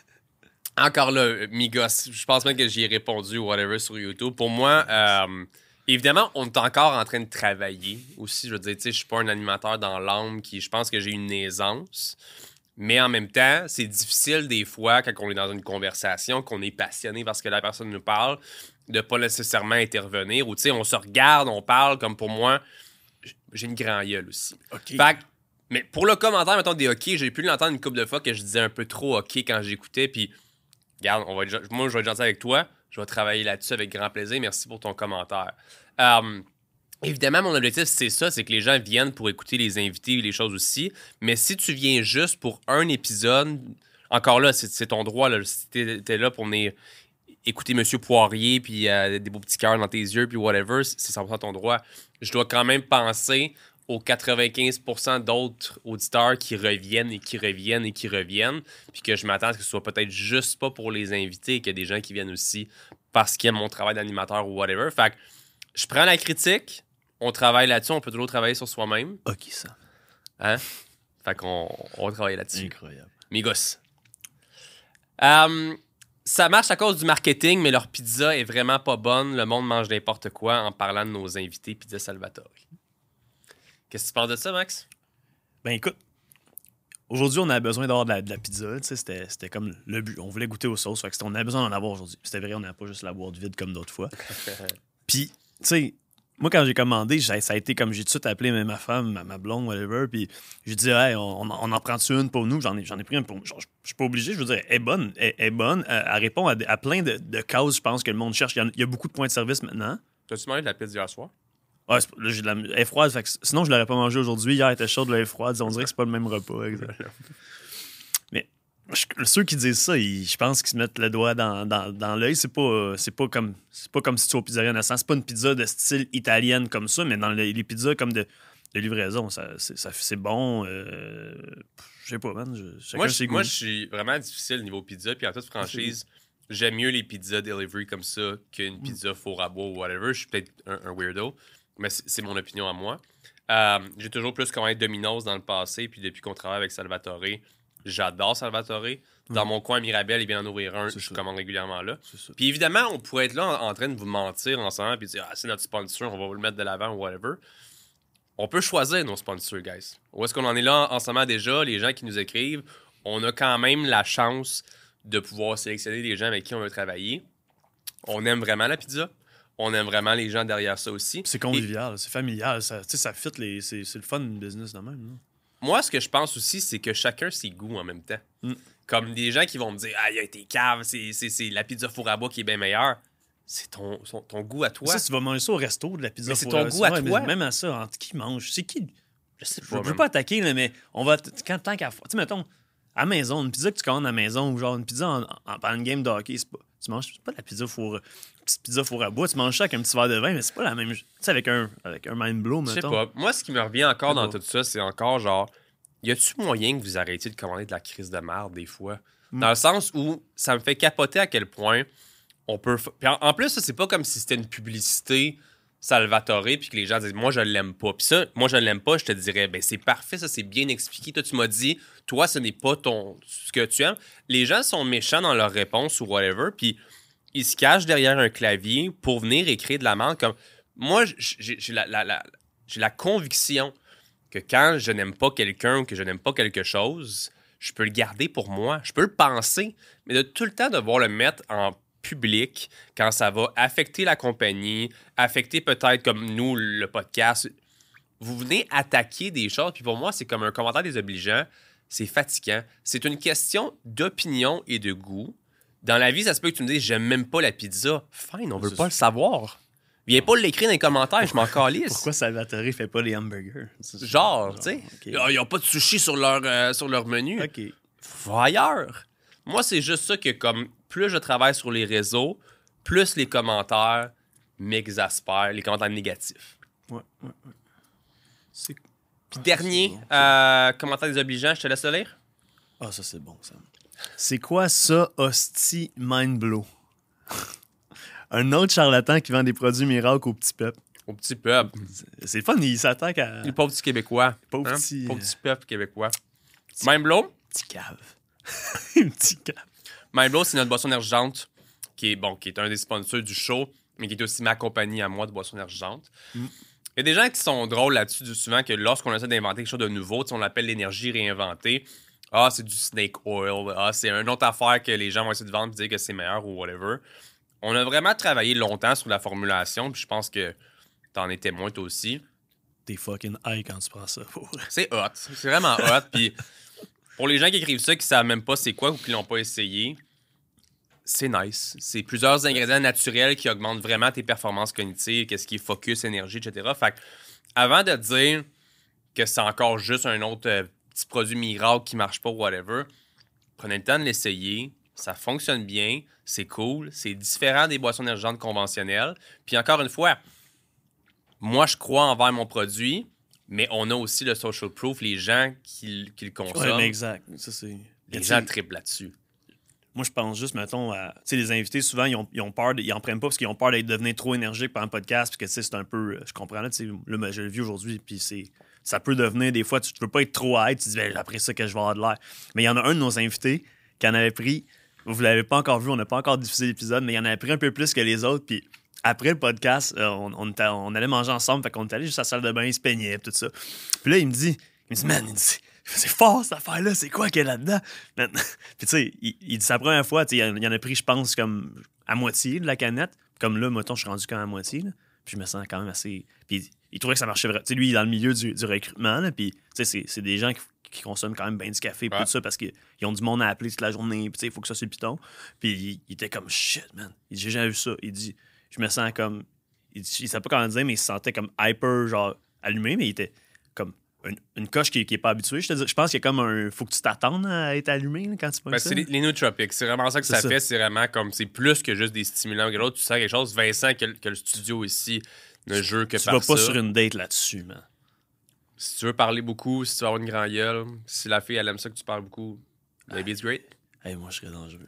encore là, Migos, je pense même que j'y ai répondu ou whatever sur YouTube. Pour moi... Um, Évidemment, on est encore en train de travailler aussi. Je veux dire, tu sais, je suis pas un animateur dans l'âme qui, je pense que j'ai une aisance. Mais en même temps, c'est difficile des fois, quand on est dans une conversation, qu'on est passionné parce que la personne nous parle, de pas nécessairement intervenir. Ou tu sais, on se regarde, on parle, comme pour moi, j'ai une grand gueule aussi. Okay. Fait que, mais pour le commentaire, mettons, des OK, j'ai pu l'entendre une couple de fois que je disais un peu trop OK quand j'écoutais, puis Regarde, on va être, moi, je vais être gentil avec toi. Je vais travailler là-dessus avec grand plaisir. Merci pour ton commentaire. Euh, évidemment, mon objectif, c'est ça, c'est que les gens viennent pour écouter les invités et les choses aussi. Mais si tu viens juste pour un épisode, encore là, c'est, c'est ton droit. Là, si t'es, t'es là pour venir écouter Monsieur Poirier, puis euh, des beaux petits cœurs dans tes yeux, puis whatever, c'est cent pour cent ton droit. Je dois quand même penser aux quatre-vingt-quinze pour cent d'autres auditeurs qui reviennent et qui reviennent et qui reviennent, puis que je m'attends à ce que ce soit peut-être juste pas pour les invités, qu'il y a des gens qui viennent aussi parce qu'ils aiment mon travail d'animateur ou whatever. Fait que je prends la critique, on travaille là-dessus, on peut toujours travailler sur soi-même. Ok, ça. Hein? Fait qu'on on va travailler là-dessus. Incroyable. Mes gosses. Euh, ça marche à cause du marketing, mais leur pizza est vraiment pas bonne. Le monde mange n'importe quoi en parlant de nos invités Pizza Salvatore. Qu'est-ce que tu penses de ça, Max? Ben écoute, aujourd'hui, on avait besoin d'avoir de la, de la pizza. C'était, c'était comme le but. On voulait goûter aux sauces. Fait que on avait besoin d'en avoir aujourd'hui. C'était vrai, on n'avait pas juste la boîte vide comme d'autres fois. Puis, tu sais, moi, quand j'ai commandé, ça a été comme j'ai tout de suite appelé ma femme, ma, ma blonde, whatever. Puis, j'ai dit, hey, on, on en prend-tu une pour nous? J'en ai, j'en ai pris une pour moi. Je suis pas obligé. Je veux dire, elle est bonne. Elle, elle est bonne. Elle, elle répond à, à plein de, de causes, je pense, que le monde cherche. Il y, a, il y a beaucoup de points de service maintenant. T'as-tu mangé de la pizza hier soir? Ouais, là, j'ai de la... Elle est froide, fait que sinon je l'aurais pas mangé aujourd'hui. Hier, elle était chaude, là, elle est froide. On dirait que c'est pas le même repas. Mais je... ceux qui disent ça, ils... je pense qu'ils se mettent le doigt dans, dans, dans l'œil. C'est pas, c'est pas comme c'est pas comme si tu es au pizzeria naissant. C'est pas une pizza de style italienne comme ça, mais dans les, les pizzas comme de, de livraison, ça, c'est, ça, c'est bon. Euh... Je sais pas, man. Je... Moi, je, moi, je suis vraiment difficile niveau pizza. Puis en toute franchise, j'aime mieux les pizzas delivery comme ça qu'une pizza four à bois ou whatever. Je suis peut-être un, un weirdo. Mais c'est mon opinion à moi. Euh, j'ai toujours plus commandé Domino's dans le passé, puis depuis qu'on travaille avec Salvatore, j'adore Salvatore. Dans mmh. mon coin, Mirabel, il vient d'en ouvrir un, c'est je ça. commande régulièrement là. Puis évidemment, on pourrait être là en, en train de vous mentir ensemble, puis dire ah, c'est notre sponsor, on va vous le mettre de l'avant ou whatever. On peut choisir nos sponsors, guys. Où est-ce qu'on en est là en ce moment déjà? Les gens qui nous écrivent, on a quand même la chance de pouvoir sélectionner les gens avec qui on veut travailler. On aime vraiment la pizza. On aime vraiment les gens derrière ça aussi. C'est convivial, et c'est familial. Ça, ça fit les, c'est, c'est le fun de business de même. Là. Moi, ce que je pense aussi, c'est que chacun ses goûts en même temps. Mm. Comme des gens qui vont me dire « Ah, il a été cave, c'est, c'est, c'est la pizza four à bois qui est bien meilleure. » C'est ton, son, ton goût à toi. Ça, tu vas manger ça au resto, de la pizza mais four à bois. C'est ton goût à ouais, toi. Même à ça, entre qui mange? C'est qui? Je sais pas. Je veux pas attaquer, là, mais on va... Quand, tant qu'à... Tu sais, mettons, à la maison, une pizza que tu commandes à la maison, ou genre une pizza en, en, en une game de hockey, c'est pas... Tu manges c'est pas de la pizza four... petite pizza four à bois, tu manges ça avec un petit verre de vin, mais c'est pas la même. Tu sais, avec un, avec un mind blow, mettons. Je sais pas. Moi, ce qui me revient encore dans tout ça, c'est encore genre, y a-tu moyen que vous arrêtiez de commander de la crise de merde des fois? Mm. Dans le sens où ça me fait capoter à quel point on peut. F... Puis en, en plus, ça, c'est pas comme si c'était une publicité Salvatore, puis que les gens disent, moi, je l'aime pas. Puis ça, moi, je l'aime pas, je te dirais, ben, c'est parfait, ça, c'est bien expliqué. Toi, tu m'as dit, toi, ce n'est pas ton ce que tu aimes. Les gens sont méchants dans leurs réponses ou whatever, puis ils se cachent derrière un clavier pour venir écrire de la merde. Comme moi, j'ai, j'ai, la, la, la, j'ai la conviction que quand je n'aime pas quelqu'un ou que je n'aime pas quelque chose, je peux le garder pour moi. Je peux le penser, mais de tout le temps devoir le mettre en public quand ça va affecter la compagnie, affecter peut-être comme nous, le podcast. Vous venez attaquer des choses, puis pour moi, c'est comme un commentaire désobligeant. C'est fatigant. C'est une question d'opinion et de goût. Dans la vie, ça se peut que tu me dises « J'aime même pas la pizza ». Fine, on veut c'est pas sûr. Le savoir. Viens pas l'écrire dans les commentaires, je m'en calisse. Pourquoi Salvatore fait pas les hamburgers? Genre, tu sais. Okay. Ils n'ont pas de sushi sur leur, euh, sur leur menu. OK. Va ailleurs. Moi, c'est juste ça que comme plus je travaille sur les réseaux, plus les commentaires m'exaspèrent, les commentaires négatifs. Ouais, ouais, ouais. C'est... Puis dernier, c'est bon, euh, commentaire désobligeant, je te laisse le lire. Ah, ça c'est bon, ça. C'est quoi ça, hostie mind blow? Un autre charlatan qui vend des produits miracles au petit peuple. Au petit peuple. C'est, c'est fun, il s'attaque à... Les pauvres petits Québécois. Pauvres hein? petits... Pauvres petits peuples québécois. Petit... Mind blow? Petit cave. Petit cave. Mind blow, c'est notre boisson énergisante qui est, bon, qui est un des sponsors du show, mais qui est aussi ma compagnie à moi de boisson énergisante. Mm. Il y a des gens qui sont drôles là-dessus souvent que lorsqu'on essaie d'inventer quelque chose de nouveau, on l'appelle l'énergie réinventée. Ah, c'est du snake oil. Ah, c'est une autre affaire que les gens vont essayer de vendre et dire que c'est meilleur ou whatever. On a vraiment travaillé longtemps sur la formulation, puis je pense que t'en es témoin toi aussi. T'es fucking high quand tu prends ça. C'est hot. C'est vraiment hot. Puis pour les gens qui écrivent ça, qui savent même pas c'est quoi ou qui l'ont pas essayé, c'est nice. C'est plusieurs ingrédients naturels qui augmentent vraiment tes performances cognitives, qu'est-ce qui est focus, énergie, et cetera. Fait que, avant de dire que c'est encore juste un autre euh, petit produit miracle qui marche pas, whatever, prenez le temps de l'essayer. Ça fonctionne bien, c'est cool, c'est différent des boissons énergisantes conventionnelles. Puis encore une fois, moi, je crois envers mon produit, mais on a aussi le social proof, les gens qui, qui le consomment. Ouais, exact. Ça, c'est... Les gens triplent là-dessus. Moi, je pense juste, mettons, à... Tu sais, les invités, souvent, ils ont, ils ont peur, de... ils en prennent pas parce qu'ils ont peur d'être devenir trop énergiques pendant le podcast, puis que, tu sais, c'est un peu... Je comprends, là, tu sais, là, je l'ai vu aujourd'hui, puis c'est... Ça peut devenir, des fois, tu ne veux pas être trop hype, tu te dis, ben, après ça, que je vais avoir de l'air. Mais il y en a un de nos invités qui en avait pris... Vous l'avez pas encore vu, on n'a pas encore diffusé l'épisode, mais il y en avait pris un peu plus que les autres, puis... Après le podcast, euh, on, on, était, on allait manger ensemble, fait qu'on était allé juste à la salle de bain, il se peignait, tout ça. Puis là, il me dit, il me dit, man, il dit, c'est fort cette affaire-là, c'est quoi qu'il y a là-dedans? Man. Puis tu sais, il, il dit sa première fois, il en, il en a pris, je pense, comme à moitié de la canette. Comme là, mettons, je suis rendu quand même à moitié, là. Puis je me sens quand même assez. Puis il, il trouvait que ça marchait vraiment. Tu sais, lui, il est dans le milieu du, du recrutement, là, puis tu sais, c'est, c'est des gens qui, qui consomment quand même bien du café, ouais. Tout ça, parce qu'ils ont du monde à appeler toute la journée, puis tu sais, il faut que ça sur le piton. Puis il, il était comme, shit, man, il dit, j'ai jamais vu ça. Il dit, je me sens comme. Il, il savait pas comment dire, mais il se sentait comme hyper, genre, allumé, mais il était comme une, une coche qui, qui est pas habituée. Je te dis, je pense qu'il y a comme un. Faut que tu t'attendes à être allumé là, quand tu penses ben, ça. C'est les, les nootropics. C'est vraiment ça que c'est ça, ça fait. C'est vraiment comme. C'est plus que juste des stimulants ou l'autre. Tu sens quelque chose. Vincent, que, que le studio ici ne joue que tu par vas ça. pas sur une date là-dessus, man. Si tu veux parler beaucoup, si tu veux avoir une grande gueule, si la fille, elle aime ça que tu parles beaucoup, maybe it's great. Hey, moi, je serais dangereux.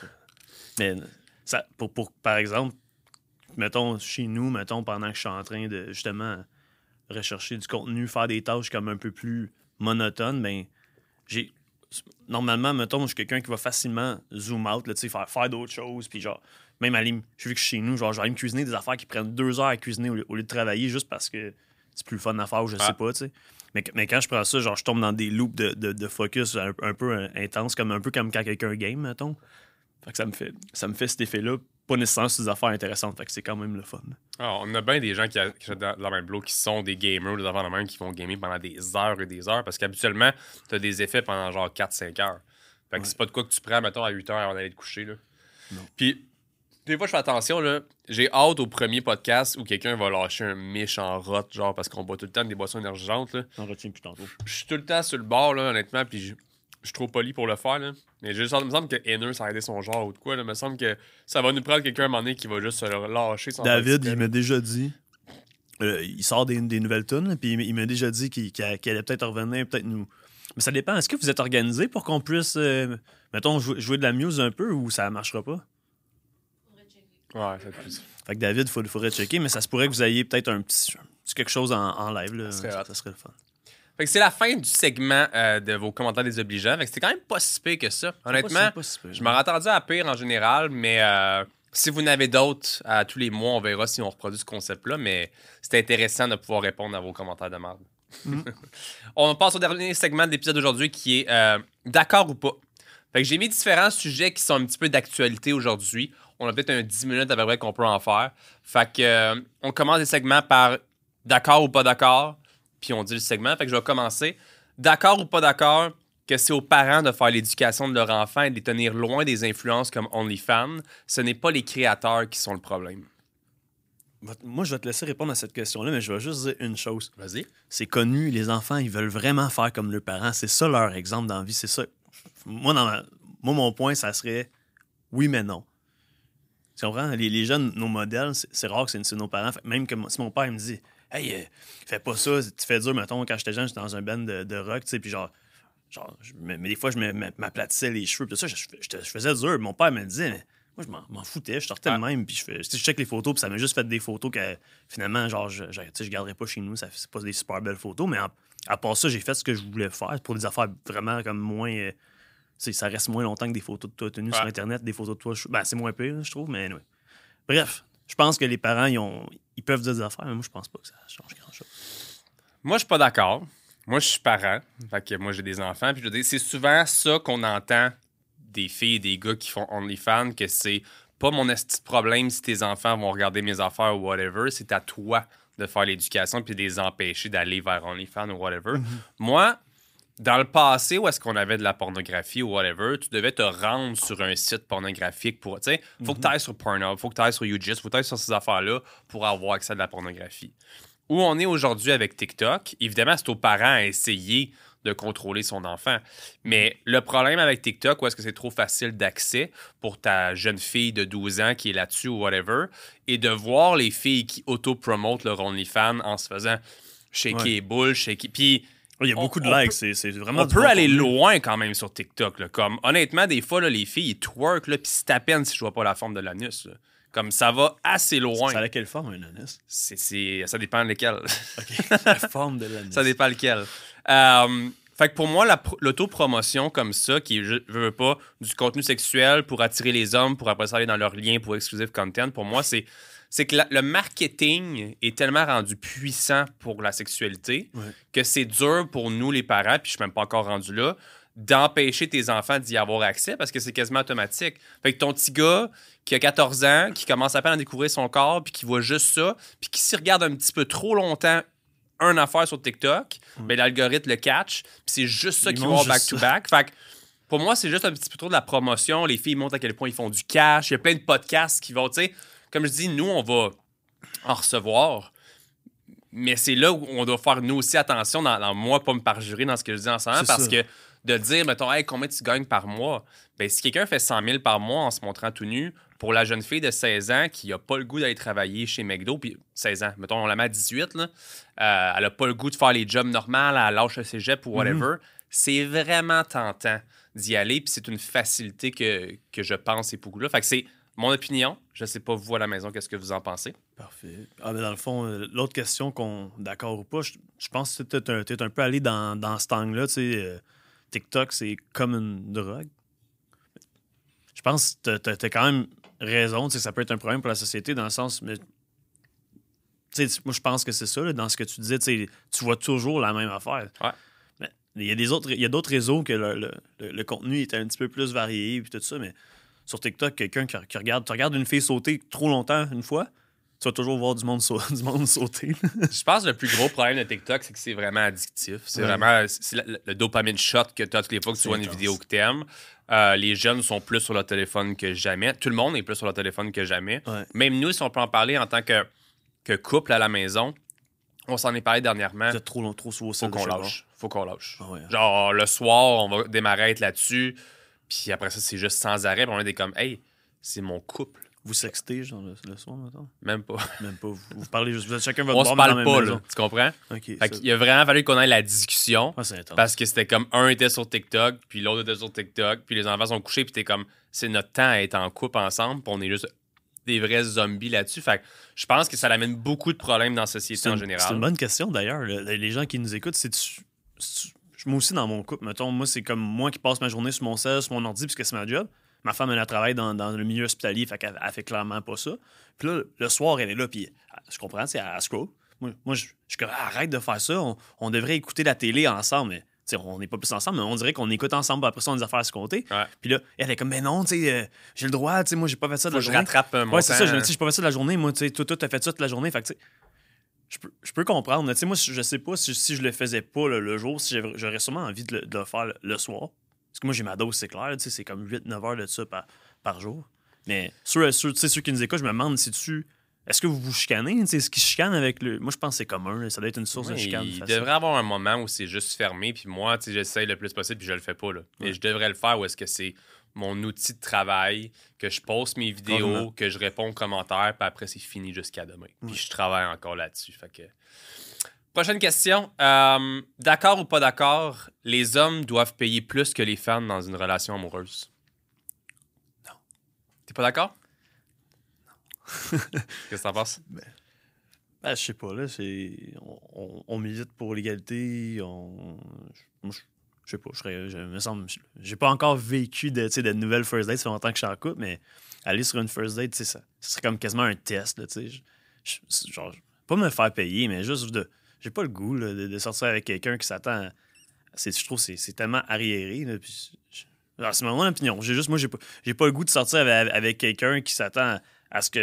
Mais, ça, pour, pour, par exemple, mettons, chez nous, mettons, pendant que je suis en train de, justement, rechercher du contenu, faire des tâches comme un peu plus monotones, ben, j'ai... Normalement, mettons, je suis quelqu'un qui va facilement zoom out, là, faire, faire d'autres choses, puis genre, même aller, je vu que chez nous, genre, j'allais me cuisiner des affaires qui prennent deux heures à cuisiner au lieu, au lieu de travailler juste parce que c'est plus le fun à faire ou je ah. sais pas, tu sais. Mais, mais quand je prends ça, genre, je tombe dans des loops de, de, de focus un, un peu intenses, comme un peu comme quand quelqu'un game, mettons. Fait que ça me fait, ça me fait cet effet-là, pas nécessairement sur des affaires intéressantes, fait que c'est quand même le fun. Ah, on a bien des gens qui achètent dans la même bloc qui sont des gamers, des affaires de même, qui vont gamer pendant des heures et des heures, parce qu'habituellement, t'as des effets pendant genre quatre cinq heures. Fait que ouais. C'est pas de quoi que tu prends, mettons, à huit heures avant d'aller te coucher, là. Non. Puis, des fois, je fais attention, là. J'ai hâte au premier podcast où quelqu'un va lâcher un méchant rot, genre, parce qu'on boit tout le temps des boissons énergisantes, là. On retient plus tantôt. Je suis tout le temps sur le bord, là, honnêtement, puis je je suis trop poli pour le faire, là. Mais juste, il me semble que Hainer, ça a aidé son genre ou de quoi, là. Il me semble que ça va nous prendre quelqu'un à un moment donné qui va juste se lâcher son David, il m'a déjà dit... Euh, il sort des, des nouvelles tunes, puis il, il m'a déjà dit qu'il, qu'il allait peut-être revenir, peut-être nous... Mais ça dépend. Est-ce que vous êtes organisé pour qu'on puisse, euh, mettons, jouer, jouer de la muse un peu ou ça ne marchera pas? Faudrait checker. Ouais, ça plus. Fait que David, il faudrait checker, mais ça se pourrait que vous ayez peut-être un petit, un petit quelque chose en, en live. Là. Ça serait, ça, ça serait le fun. Fait que c'est la fin du segment euh, de vos commentaires désobligeants. Fait que c'était quand même pas si pire que ça. Honnêtement, pas si pire, je m'aurais attendu à pire en général, mais euh, si vous en avez d'autres, à tous les mois, on verra si on reproduit ce concept-là, mais c'était intéressant de pouvoir répondre à vos commentaires de merde. Mm. On passe au dernier segment de l'épisode d'aujourd'hui qui est euh, d'accord ou pas. Fait que j'ai mis différents sujets qui sont un petit peu d'actualité aujourd'hui. On a peut-être un dix minutes à peu près qu'on peut en faire. Fait que euh, on commence les segments par d'accord ou pas d'accord, puis on dit le segment. Fait que je vais commencer. D'accord ou pas d'accord que c'est aux parents de faire l'éducation de leur enfant et de les tenir loin des influences comme OnlyFans. Ce n'est pas les créateurs qui sont le problème. Moi, je vais te laisser répondre à cette question-là, mais je vais juste dire une chose. Vas-y. C'est connu, les enfants, ils veulent vraiment faire comme leurs parents. C'est ça leur exemple dans la vie, c'est ça. Moi, dans ma... Moi, mon point, ça serait oui, mais non. Tu comprends? Les, les jeunes, nos modèles, c'est, c'est rare que c'est, c'est nos parents. Même que si mon père me dit « Hey, euh, fais pas ça, tu fais dur, mettons, quand j'étais jeune, j'étais dans un band de, de rock, tu sais, puis genre, genre je, mais, mais des fois, je m'aplatissais les cheveux, puis ça, je, je, je faisais dur. Mon père me disait, mais moi, je m'en, m'en foutais, je sortais ah. le même, puis je, fais, je check les photos, puis ça m'a juste fait des photos que finalement, genre, je, je, je garderais pas chez nous, ça, c'est pas des super belles photos, mais en, à part ça, j'ai fait ce que je voulais faire pour des affaires vraiment comme moins. Euh, ça reste moins longtemps que des photos de toi tenues ouais. sur Internet, des photos de toi. Ben, c'est moins pire, je trouve, mais anyway. Bref, je pense que les parents, ils, ont, ils peuvent dire des affaires, mais moi, je pense pas que ça change grand-chose. Moi, je suis pas d'accord. Moi, je suis parent. Fait que moi, j'ai des enfants. Puis je veux dire, c'est souvent ça qu'on entend des filles et des gars qui font OnlyFans, que c'est pas mon esti de problème si tes enfants vont regarder mes affaires ou whatever. C'est à toi de faire l'éducation puis de les empêcher d'aller vers OnlyFans ou whatever. Mm-hmm. Moi, dans le passé, où est-ce qu'on avait de la pornographie ou whatever, tu devais te rendre sur un site pornographique pour, tu sais, faut mm-hmm. que tu ailles sur Pornhub, faut que tu ailles sur YouJizz, faut que tu ailles sur ces affaires-là pour avoir accès à de la pornographie. Où on est aujourd'hui avec TikTok, évidemment, c'est aux parents à essayer de contrôler son enfant. Mais le problème avec TikTok, où est-ce que c'est trop facile d'accès pour ta jeune fille de douze ans qui est là-dessus ou whatever, et de voir les filles qui auto-promotent leur OnlyFans en se faisant shaker les boules, shaker... Puis... Il y a beaucoup on, de on likes, peut, c'est, c'est vraiment... On peut aller loin quand même sur TikTok. Là. Comme, honnêtement, des fois, là, les filles, ils twerk, puis c'est à peine si je vois pas la forme de l'anus. Là. Comme ça va assez loin. Ça a quelle forme, un anus? C'est, c'est, ça dépend lequel. OK, la forme de l'anus. Ça dépend lequel. Euh, fait que pour moi, la, l'autopromotion comme ça, qui je veux pas du contenu sexuel pour attirer les hommes, pour après ça aller dans leur lien pour exclusive content, pour moi, c'est... c'est que la, le marketing est tellement rendu puissant pour la sexualité ouais. que c'est dur pour nous, les parents, puis je suis même pas encore rendu là, d'empêcher tes enfants d'y avoir accès parce que c'est quasiment automatique. Fait que ton petit gars qui a quatorze ans, qui commence à peine à découvrir son corps, puis qui voit juste ça, puis qui s'y regarde un petit peu trop longtemps une affaire sur TikTok, ouais. ben, l'algorithme le catch, puis c'est juste ça qu'ils vont back-to-back. Fait que pour moi, c'est juste un petit peu trop de la promotion. Les filles montrent à quel point ils font du cash. Il y a plein de podcasts qui vont, tu sais... Comme je dis, nous, on va en recevoir, mais c'est là où on doit faire, nous aussi, attention, dans, dans moi, pas me parjurer dans ce que je dis en ce moment, parce ça. que de dire, mettons, hey, combien tu gagnes par mois? Ben, si quelqu'un fait cent mille par mois en se montrant tout nu, pour la jeune fille de seize ans qui n'a pas le goût d'aller travailler chez McDo, puis seize ans, mettons, on la met à dix-huit, là, euh, elle n'a pas le goût de faire les jobs normaux, elle lâche le cégep ou whatever, mm-hmm. c'est vraiment tentant d'y aller, puis c'est une facilité que, que je pense c'est beaucoup là. Fait que c'est mon opinion. Je sais pas, vous, à la maison, qu'est-ce que vous en pensez? Parfait. Ah, mais dans le fond, euh, l'autre question, qu'on d'accord ou pas, je, je pense que tu es un peu allé dans, dans cet angle-là. Tu sais, euh, TikTok, c'est comme une drogue. Je pense que tu as quand même raison. Tu sais, ça peut être un problème pour la société dans le sens... Mais, tu sais, moi, je pense que c'est ça, là, dans ce que tu disais. Tu sais, tu vois toujours la même affaire. Ouais. Mais il y a des autres, il y a d'autres réseaux que le, le, le, le contenu est un petit peu plus varié et tout ça, mais... Sur TikTok, quelqu'un qui, qui regarde, tu regardes une fille sauter trop longtemps une fois, tu vas toujours voir du monde, sa- du monde sauter. Je pense que le plus gros problème de TikTok, c'est que c'est vraiment addictif. C'est ouais. vraiment c'est le, le dopamine shot que tu as toutes les fois que tu vois une vidéo que tu aimes. Euh, les jeunes sont plus sur leur téléphone que jamais. Tout le monde est plus sur leur téléphone que jamais. Ouais. Même nous, si on peut en parler en tant que, que couple à la maison, on s'en est parlé dernièrement. Vous êtes trop long, trop souvent. Faut qu'on lâche. Faut qu'on lâche. Oh, ouais. Genre, le soir, on va démarrer à être là-dessus. Puis après ça, c'est juste sans arrêt. Puis on est des comme, hey, c'est mon couple. Vous sextez, genre, le, le soir, maintenant? Même pas. Même pas. Vous, vous parlez juste. Vous êtes chacun votre on se parle pas, là. Tu comprends? Okay, fait qu'il a vraiment fallu qu'on ait la discussion. Ah, c'est parce que c'était comme un était sur TikTok, puis l'autre était sur TikTok, puis les enfants sont couchés, puis t'es comme, c'est notre temps à être en couple ensemble, puis on est juste des vrais zombies là-dessus. Fait que je pense que ça amène beaucoup de problèmes dans la société une, en général. C'est une bonne question, d'ailleurs. Les gens qui nous écoutent, c'est-tu. c'est-tu moi aussi, dans mon couple, mettons, moi, c'est comme moi qui passe ma journée sur mon cell, sur mon ordi, puisque c'est ma job. Ma femme, elle a travaillé dans, dans le milieu hospitalier, fait qu'elle elle fait clairement pas ça. Puis là, le soir, elle est là, puis je comprends, c'est elle scroll. Moi, moi je suis comme, arrête de faire ça, on, on devrait écouter la télé ensemble. Mais t'sais, on n'est pas plus ensemble, mais on dirait qu'on écoute ensemble, après ça, on a des affaires à se compter. Ouais. Puis là, elle est comme, mais non, tu sais, euh, j'ai le droit, tu sais, moi, j'ai pas fait ça de Faut la que journée. Je rattrape un ouais, c'est ça, j'ai pas fait ça de la journée, moi, tu sais, toi, toi, t'as fait ça toute la journée, fait que, tu sais. Je peux, je peux comprendre. Tu sais, moi, je sais pas si, si je le faisais pas là, le jour, si j'aurais sûrement envie de le, de le faire le, le soir. Parce que moi, j'ai ma dose, c'est clair. Tu sais, c'est comme huit neuf heures de ça par, par jour. Mais ceux, ceux, ceux qui nous écoutent, je me demande si tu... Est-ce que vous vous chicanez? Tu sais, est-ce qu'ils se chicanent avec le... Moi, je pense que c'est commun. Ça doit être une source oui, de chicane. Il facile. devrait avoir un moment où c'est juste fermé. Puis moi, tu sais, j'essaye le plus possible puis je le fais pas. Là. Mais ouais. je devrais le faire où est-ce que c'est mon outil de travail, que je poste mes vidéos, Probablement. que je réponds aux commentaires, puis après, c'est fini jusqu'à demain. Puis ouais. je travaille encore là-dessus. Fait que... Prochaine question. Euh, d'accord ou pas d'accord, les hommes doivent payer plus que les femmes dans une relation amoureuse? Non. T'es pas d'accord? Non. Qu'est-ce que t'en penses? Ben, ben, je sais pas, là. C'est... On, on, on milite pour l'égalité. On... Moi, je... Je sais pas, je serais, je me semble, j'ai pas encore vécu de, de nouvelles first dates, ça fait longtemps que je suis en couple, mais aller sur une first date, ça, ça serait comme quasiment un test, là, je, je, genre, pas me faire payer, mais juste de, j'ai pas le goût là, de, de sortir avec quelqu'un qui s'attend, à, c'est, je trouve que c'est, c'est tellement arriéré, là, puis je, alors, c'est mon opinion, j'ai juste, moi, j'ai pas, j'ai pas le goût de sortir avec, avec quelqu'un qui s'attend à, à ce que je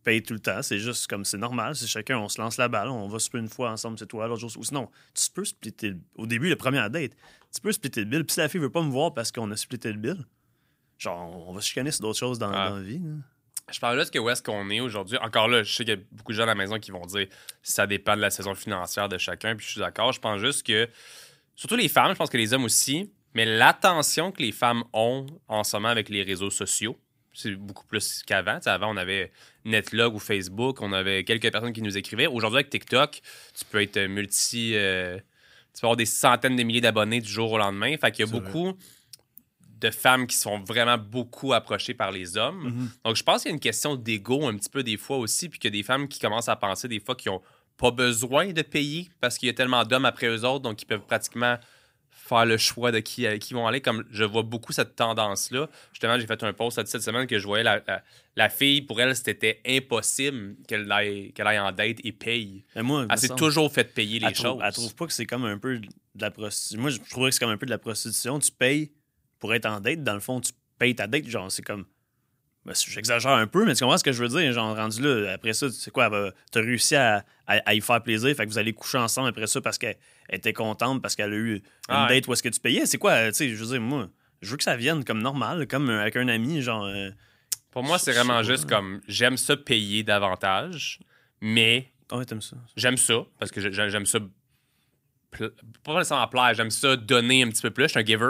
paye tout le temps. C'est juste comme c'est normal. C'est chacun, on se lance la balle. On va souper une fois ensemble, c'est toi, l'autre jour. Ou sinon, tu peux splitter. Le... Au début, la première date, tu peux splitter le bill. Puis si la fille veut pas me voir parce qu'on a splitté le bill, genre, on va se chicaner sur d'autres choses dans, Ah. dans la vie. Là. Je parle juste que où est-ce qu'on est aujourd'hui. Encore là, je sais qu'il y a beaucoup de gens à la maison qui vont dire ça dépend de la saison financière de chacun, puis je suis d'accord. Je pense juste que, surtout les femmes, je pense que les hommes aussi, mais l'attention que les femmes ont en ce moment avec les réseaux sociaux, c'est beaucoup plus qu'avant. T'sais, avant, on avait Netlog ou Facebook, on avait quelques personnes qui nous écrivaient. Aujourd'hui, avec TikTok, tu peux être multi... euh, tu peux avoir des centaines de milliers d'abonnés du jour au lendemain. Fait qu'il y a C'est beaucoup... Vrai. de femmes qui sont vraiment beaucoup approchées par les hommes. Mm-hmm. Donc, je pense qu'il y a une question d'ego un petit peu des fois aussi, puis qu'il y a des femmes qui commencent à penser des fois qu'ils n'ont pas besoin de payer parce qu'il y a tellement d'hommes après eux autres, donc ils peuvent pratiquement faire le choix de qui, qui vont aller. Comme je vois beaucoup cette tendance-là. Justement, j'ai fait un post cette semaine que je voyais la, la, la fille, pour elle, c'était impossible qu'elle aille, qu'elle aille en date et paye. Mais moi, elle s'est toujours fait payer les elle choses. Trouve, elle trouve pas que c'est comme un peu de la prostitution. Moi, je trouvais que c'est comme un peu de la prostitution. Tu payes pour être en date, dans le fond, tu payes ta date, genre, c'est comme... Ben, j'exagère un peu, mais tu comprends ce que je veux dire? Genre, rendu là, après ça, c'est quoi? Va... T'as réussi à, à, à y faire plaisir, fait que vous allez coucher ensemble après ça parce qu'elle était contente, parce qu'elle a eu une ah, date où est-ce que tu payais. C'est quoi? Tu sais, je veux dire, moi, je veux que ça vienne comme normal, comme avec un ami, genre... Euh... Pour moi, c'est vraiment juste pas, comme... J'aime ça payer davantage, mais... Ah ouais, t'aimes ça? J'aime ça, parce que j'aime ça... Pla... Pas nécessairement plaire, j'aime ça donner un petit peu plus. Je suis un giver.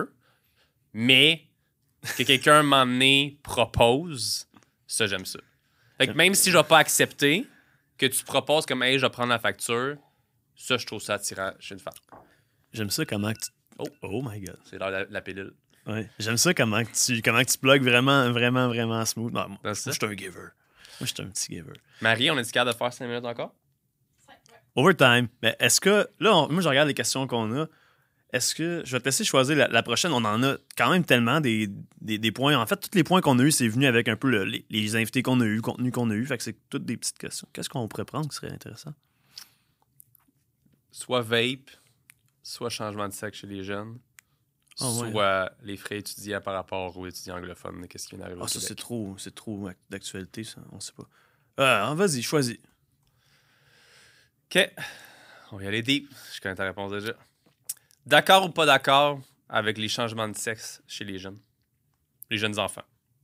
Mais que quelqu'un m'en donné propose, ça, j'aime ça. Fait que même si je vais pas accepter, que tu proposes comme « Hey, je vais prendre la facture », ça, je trouve ça attirant chez une femme. J'aime ça comment tu... Oh, oh my God. C'est l'heure de la, la pilule. Ouais. J'aime ça comment tu, comment tu plugues vraiment, vraiment, vraiment smooth. Non, moi, moi je suis un giver. Moi, je suis un petit giver. Marie, on est-tu capable de faire cinq minutes encore? Overtime. Mais est-ce que... Là, on, moi, je regarde les questions qu'on a. Est-ce que... Je vais te laisser choisir la, la prochaine. On en a quand même tellement des, des, des points. En fait, tous les points qu'on a eus, c'est venu avec un peu le, les, les invités qu'on a eus, le contenu qu'on a eu. Fait que c'est toutes des petites questions. Qu'est-ce qu'on pourrait prendre qui serait intéressant? Soit vape, soit changement de sexe chez les jeunes, oh, ouais. soit les frais étudiants par rapport aux étudiants anglophones. Qu'est-ce qui vient d'arriver ah, au ça, Québec? c'est trop, c'est trop d'actualité, ça. On sait pas. Euh, vas-y, choisis. OK. On va y aller deep. Je connais ta réponse déjà. D'accord ou pas d'accord avec les changements de sexe chez les jeunes? Les jeunes enfants.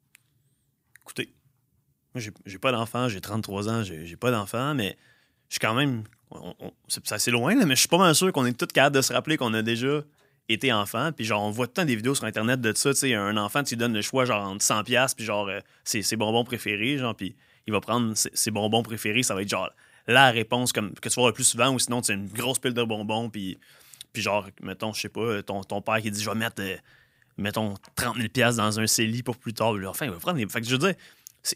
Écoutez, moi, j'ai, j'ai pas d'enfant, j'ai trente-trois ans, j'ai, j'ai pas d'enfant, mais je suis quand même... On, on, c'est, c'est assez loin, là, mais je suis pas mal sûr qu'on est tous capables de se rappeler qu'on a déjà été enfant. Puis genre, on voit tout le temps des vidéos sur Internet de ça. Tu sais, un enfant, tu lui donnes le choix genre entre cent dollars puis genre euh, ses, ses bonbons préférés, genre, puis il va prendre ses, ses bonbons préférés. Ça va être genre la réponse comme que tu vas voir le plus souvent, ou sinon, c'est une grosse pile de bonbons, puis... Puis genre, mettons, je sais pas, ton, ton père qui dit « Je vais mettre, euh, mettons, trente mille dollars dans un C E L I pour plus tard. » Enfin, il va prendre les... Fait que je veux dire, c'est...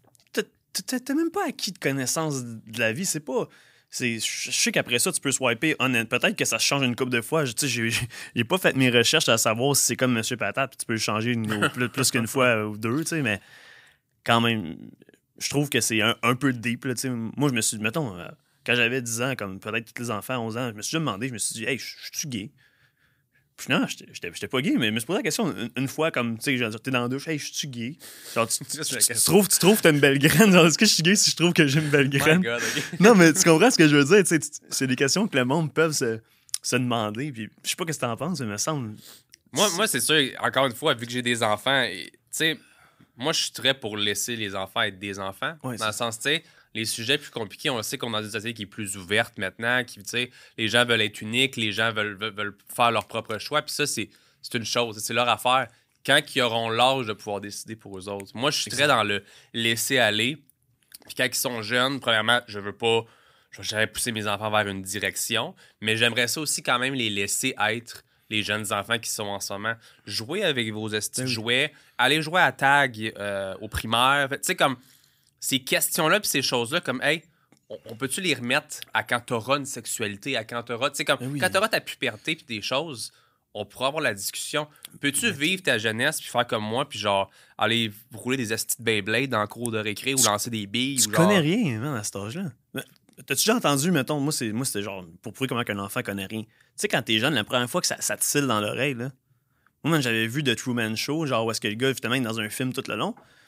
T'as, t'as même pas acquis de connaissance de la vie. C'est pas... C'est... Je sais qu'après ça, tu peux swiper. Honnête. Peut-être que ça se change une couple de fois. Je, j'ai, j'ai pas fait mes recherches à savoir si c'est comme Monsieur Patate, puis tu peux le changer une, plus, plus qu'une fois ou deux, tu sais, mais quand même, je trouve que c'est un, un peu deep, là, tu sais. Moi, je me suis dit, mettons... Euh, quand j'avais dix ans, comme peut-être tous les enfants, onze ans, je me suis déjà demandé, je me suis dit, hey, je suis gay? Puis non, j'étais, j'étais, j'étais pas gay, mais je me suis posé la question une, une fois, comme, tu sais, genre, t'es dans la douche, hey, je suis gay? Genre, tu, tu, tu, tu, tu, trouves, tu trouves que t'as une belle graine? Genre, est-ce que je suis gay si je trouve que j'ai une belle graine? God, okay. Non, mais tu comprends ce que je veux dire? Tu sais, c'est des questions que le monde peut se, se demander. Puis je sais pas ce que t'en penses, mais il me semble. Moi, moi, c'est sûr, encore une fois, vu que j'ai des enfants, tu sais, moi, je suis très pour laisser les enfants être des enfants. Ouais, dans le sens, tu sais, les sujets plus compliqués, on sait qu'on est dans une société qui est plus ouverte maintenant, qui, tu sais, les gens veulent être uniques, les gens veulent, veulent, veulent faire leur propre choix, puis ça, c'est, c'est une chose, c'est leur affaire. Quand ils auront l'âge de pouvoir décider pour eux autres. Moi, je suis très dans le laisser aller, puis quand ils sont jeunes, premièrement, je veux pas, je veux jamais pousser mes enfants vers une direction, mais j'aimerais ça aussi quand même les laisser être les jeunes enfants qui sont en ce moment. Jouez avec vos estis de jouets, allez jouer à tag euh, au primaire, tu sais, comme... Ces questions-là puis ces choses-là, comme, hey, on, on peut-tu les remettre à quand t'auras une sexualité, à quand t'auras, tu sais, comme, oui. Quand t'auras ta puberté puis des choses, on pourra avoir la discussion. Peux-tu vivre ta jeunesse puis faire comme moi puis genre, aller rouler des estis de Beyblade dans le cours de récré ou lancer des billes? Tu ou connais genre... rien, man, à cet âge-là. T'as-tu déjà entendu, mettons, moi, c'est, moi c'était genre, pour prouver comment qu'un enfant connaît rien. Tu sais, quand t'es jeune, la première fois que ça, ça te cille dans l'oreille, là. Moi, man, j'avais vu The Truman Show, genre, où est-ce que le gars, justement, est dans un film tout le long.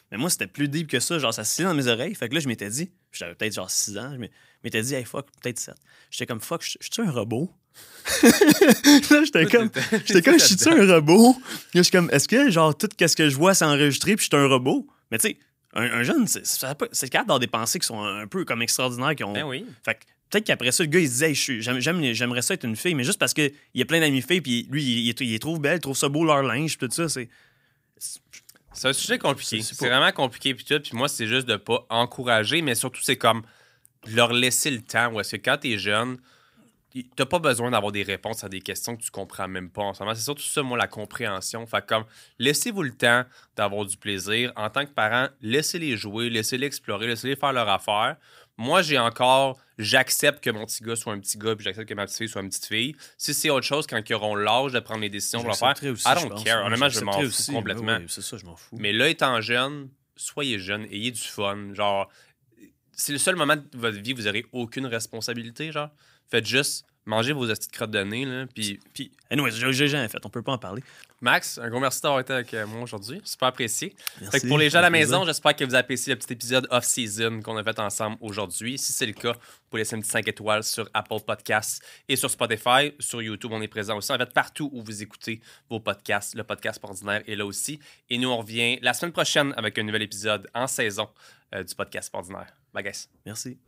Mais moi, c'était plus deep que ça. Genre, ça se dans mes oreilles. Fait que là, je m'étais dit, j'avais peut-être genre six ans, je m'étais dit, hey, fuck, peut-être sept. J'étais comme, fuck, je suis un robot? Là, j'étais comme, j'étais comme, je suis un robot? Là, je suis comme, est-ce que, genre, tout ce que je vois, c'est enregistré, puis je suis un robot? Mais tu sais, un, un jeune, c'est, c'est, c'est capable d'avoir des pensées qui sont un peu comme extraordinaires. Qui ont... Ben oui. Fait que peut-être qu'après ça, le gars, il se disait, hey, je suis, j'aime, j'aime, j'aimerais ça être une fille, mais juste parce qu'il y a plein d'amis filles, puis lui, il, il, il les trouve belles, il trouve ça beau, leur linge, tout ça, c'est. C'est un sujet compliqué. C'est, c'est, c'est vraiment compliqué, puis tout. Puis moi, c'est juste de pas encourager, mais surtout, c'est comme leur laisser le temps. Ou est-ce que quand t'es jeune, t'as pas besoin d'avoir des réponses à des questions que tu comprends même pas en ce moment. C'est surtout ça, moi, la compréhension. Fait comme, laissez-vous le temps d'avoir du plaisir. En tant que parent, laissez-les jouer, laissez-les explorer, laissez-les faire leur affaire. Moi, j'ai encore... J'accepte que mon petit gars soit un petit gars, puis j'accepte que ma petite fille soit une petite fille. Si c'est autre chose, quand ils auront l'âge de prendre les décisions pour le faire, aussi, I don't pense, care. ouais, Honnêtement, je m'en fous aussi, complètement. Oui, c'est ça, je m'en fous. Mais là, étant jeune, soyez jeune, ayez du fun. Genre, c'est le seul moment de votre vie où vous n'aurez aucune responsabilité, genre. Faites juste manger vos petites crottes de nez, là, puis... Puis, anyway, j'ai, j'ai jamais fait, on peut pas en parler. Max, un gros merci d'avoir été avec moi aujourd'hui. Super apprécié. Merci, fait que pour les gens à la maison, plaisir. j'espère que vous avez apprécié le petit épisode off-season qu'on a fait ensemble aujourd'hui. Si c'est le cas, vous pouvez laisser un petit cinq étoiles sur Apple Podcasts et sur Spotify. Sur YouTube, on est présent aussi. En fait, partout où vous écoutez vos podcasts, le podcast ordinaire est là aussi. Et nous, on revient la semaine prochaine avec un nouvel épisode en saison euh, du podcast ordinaire. Bye, guys. Merci.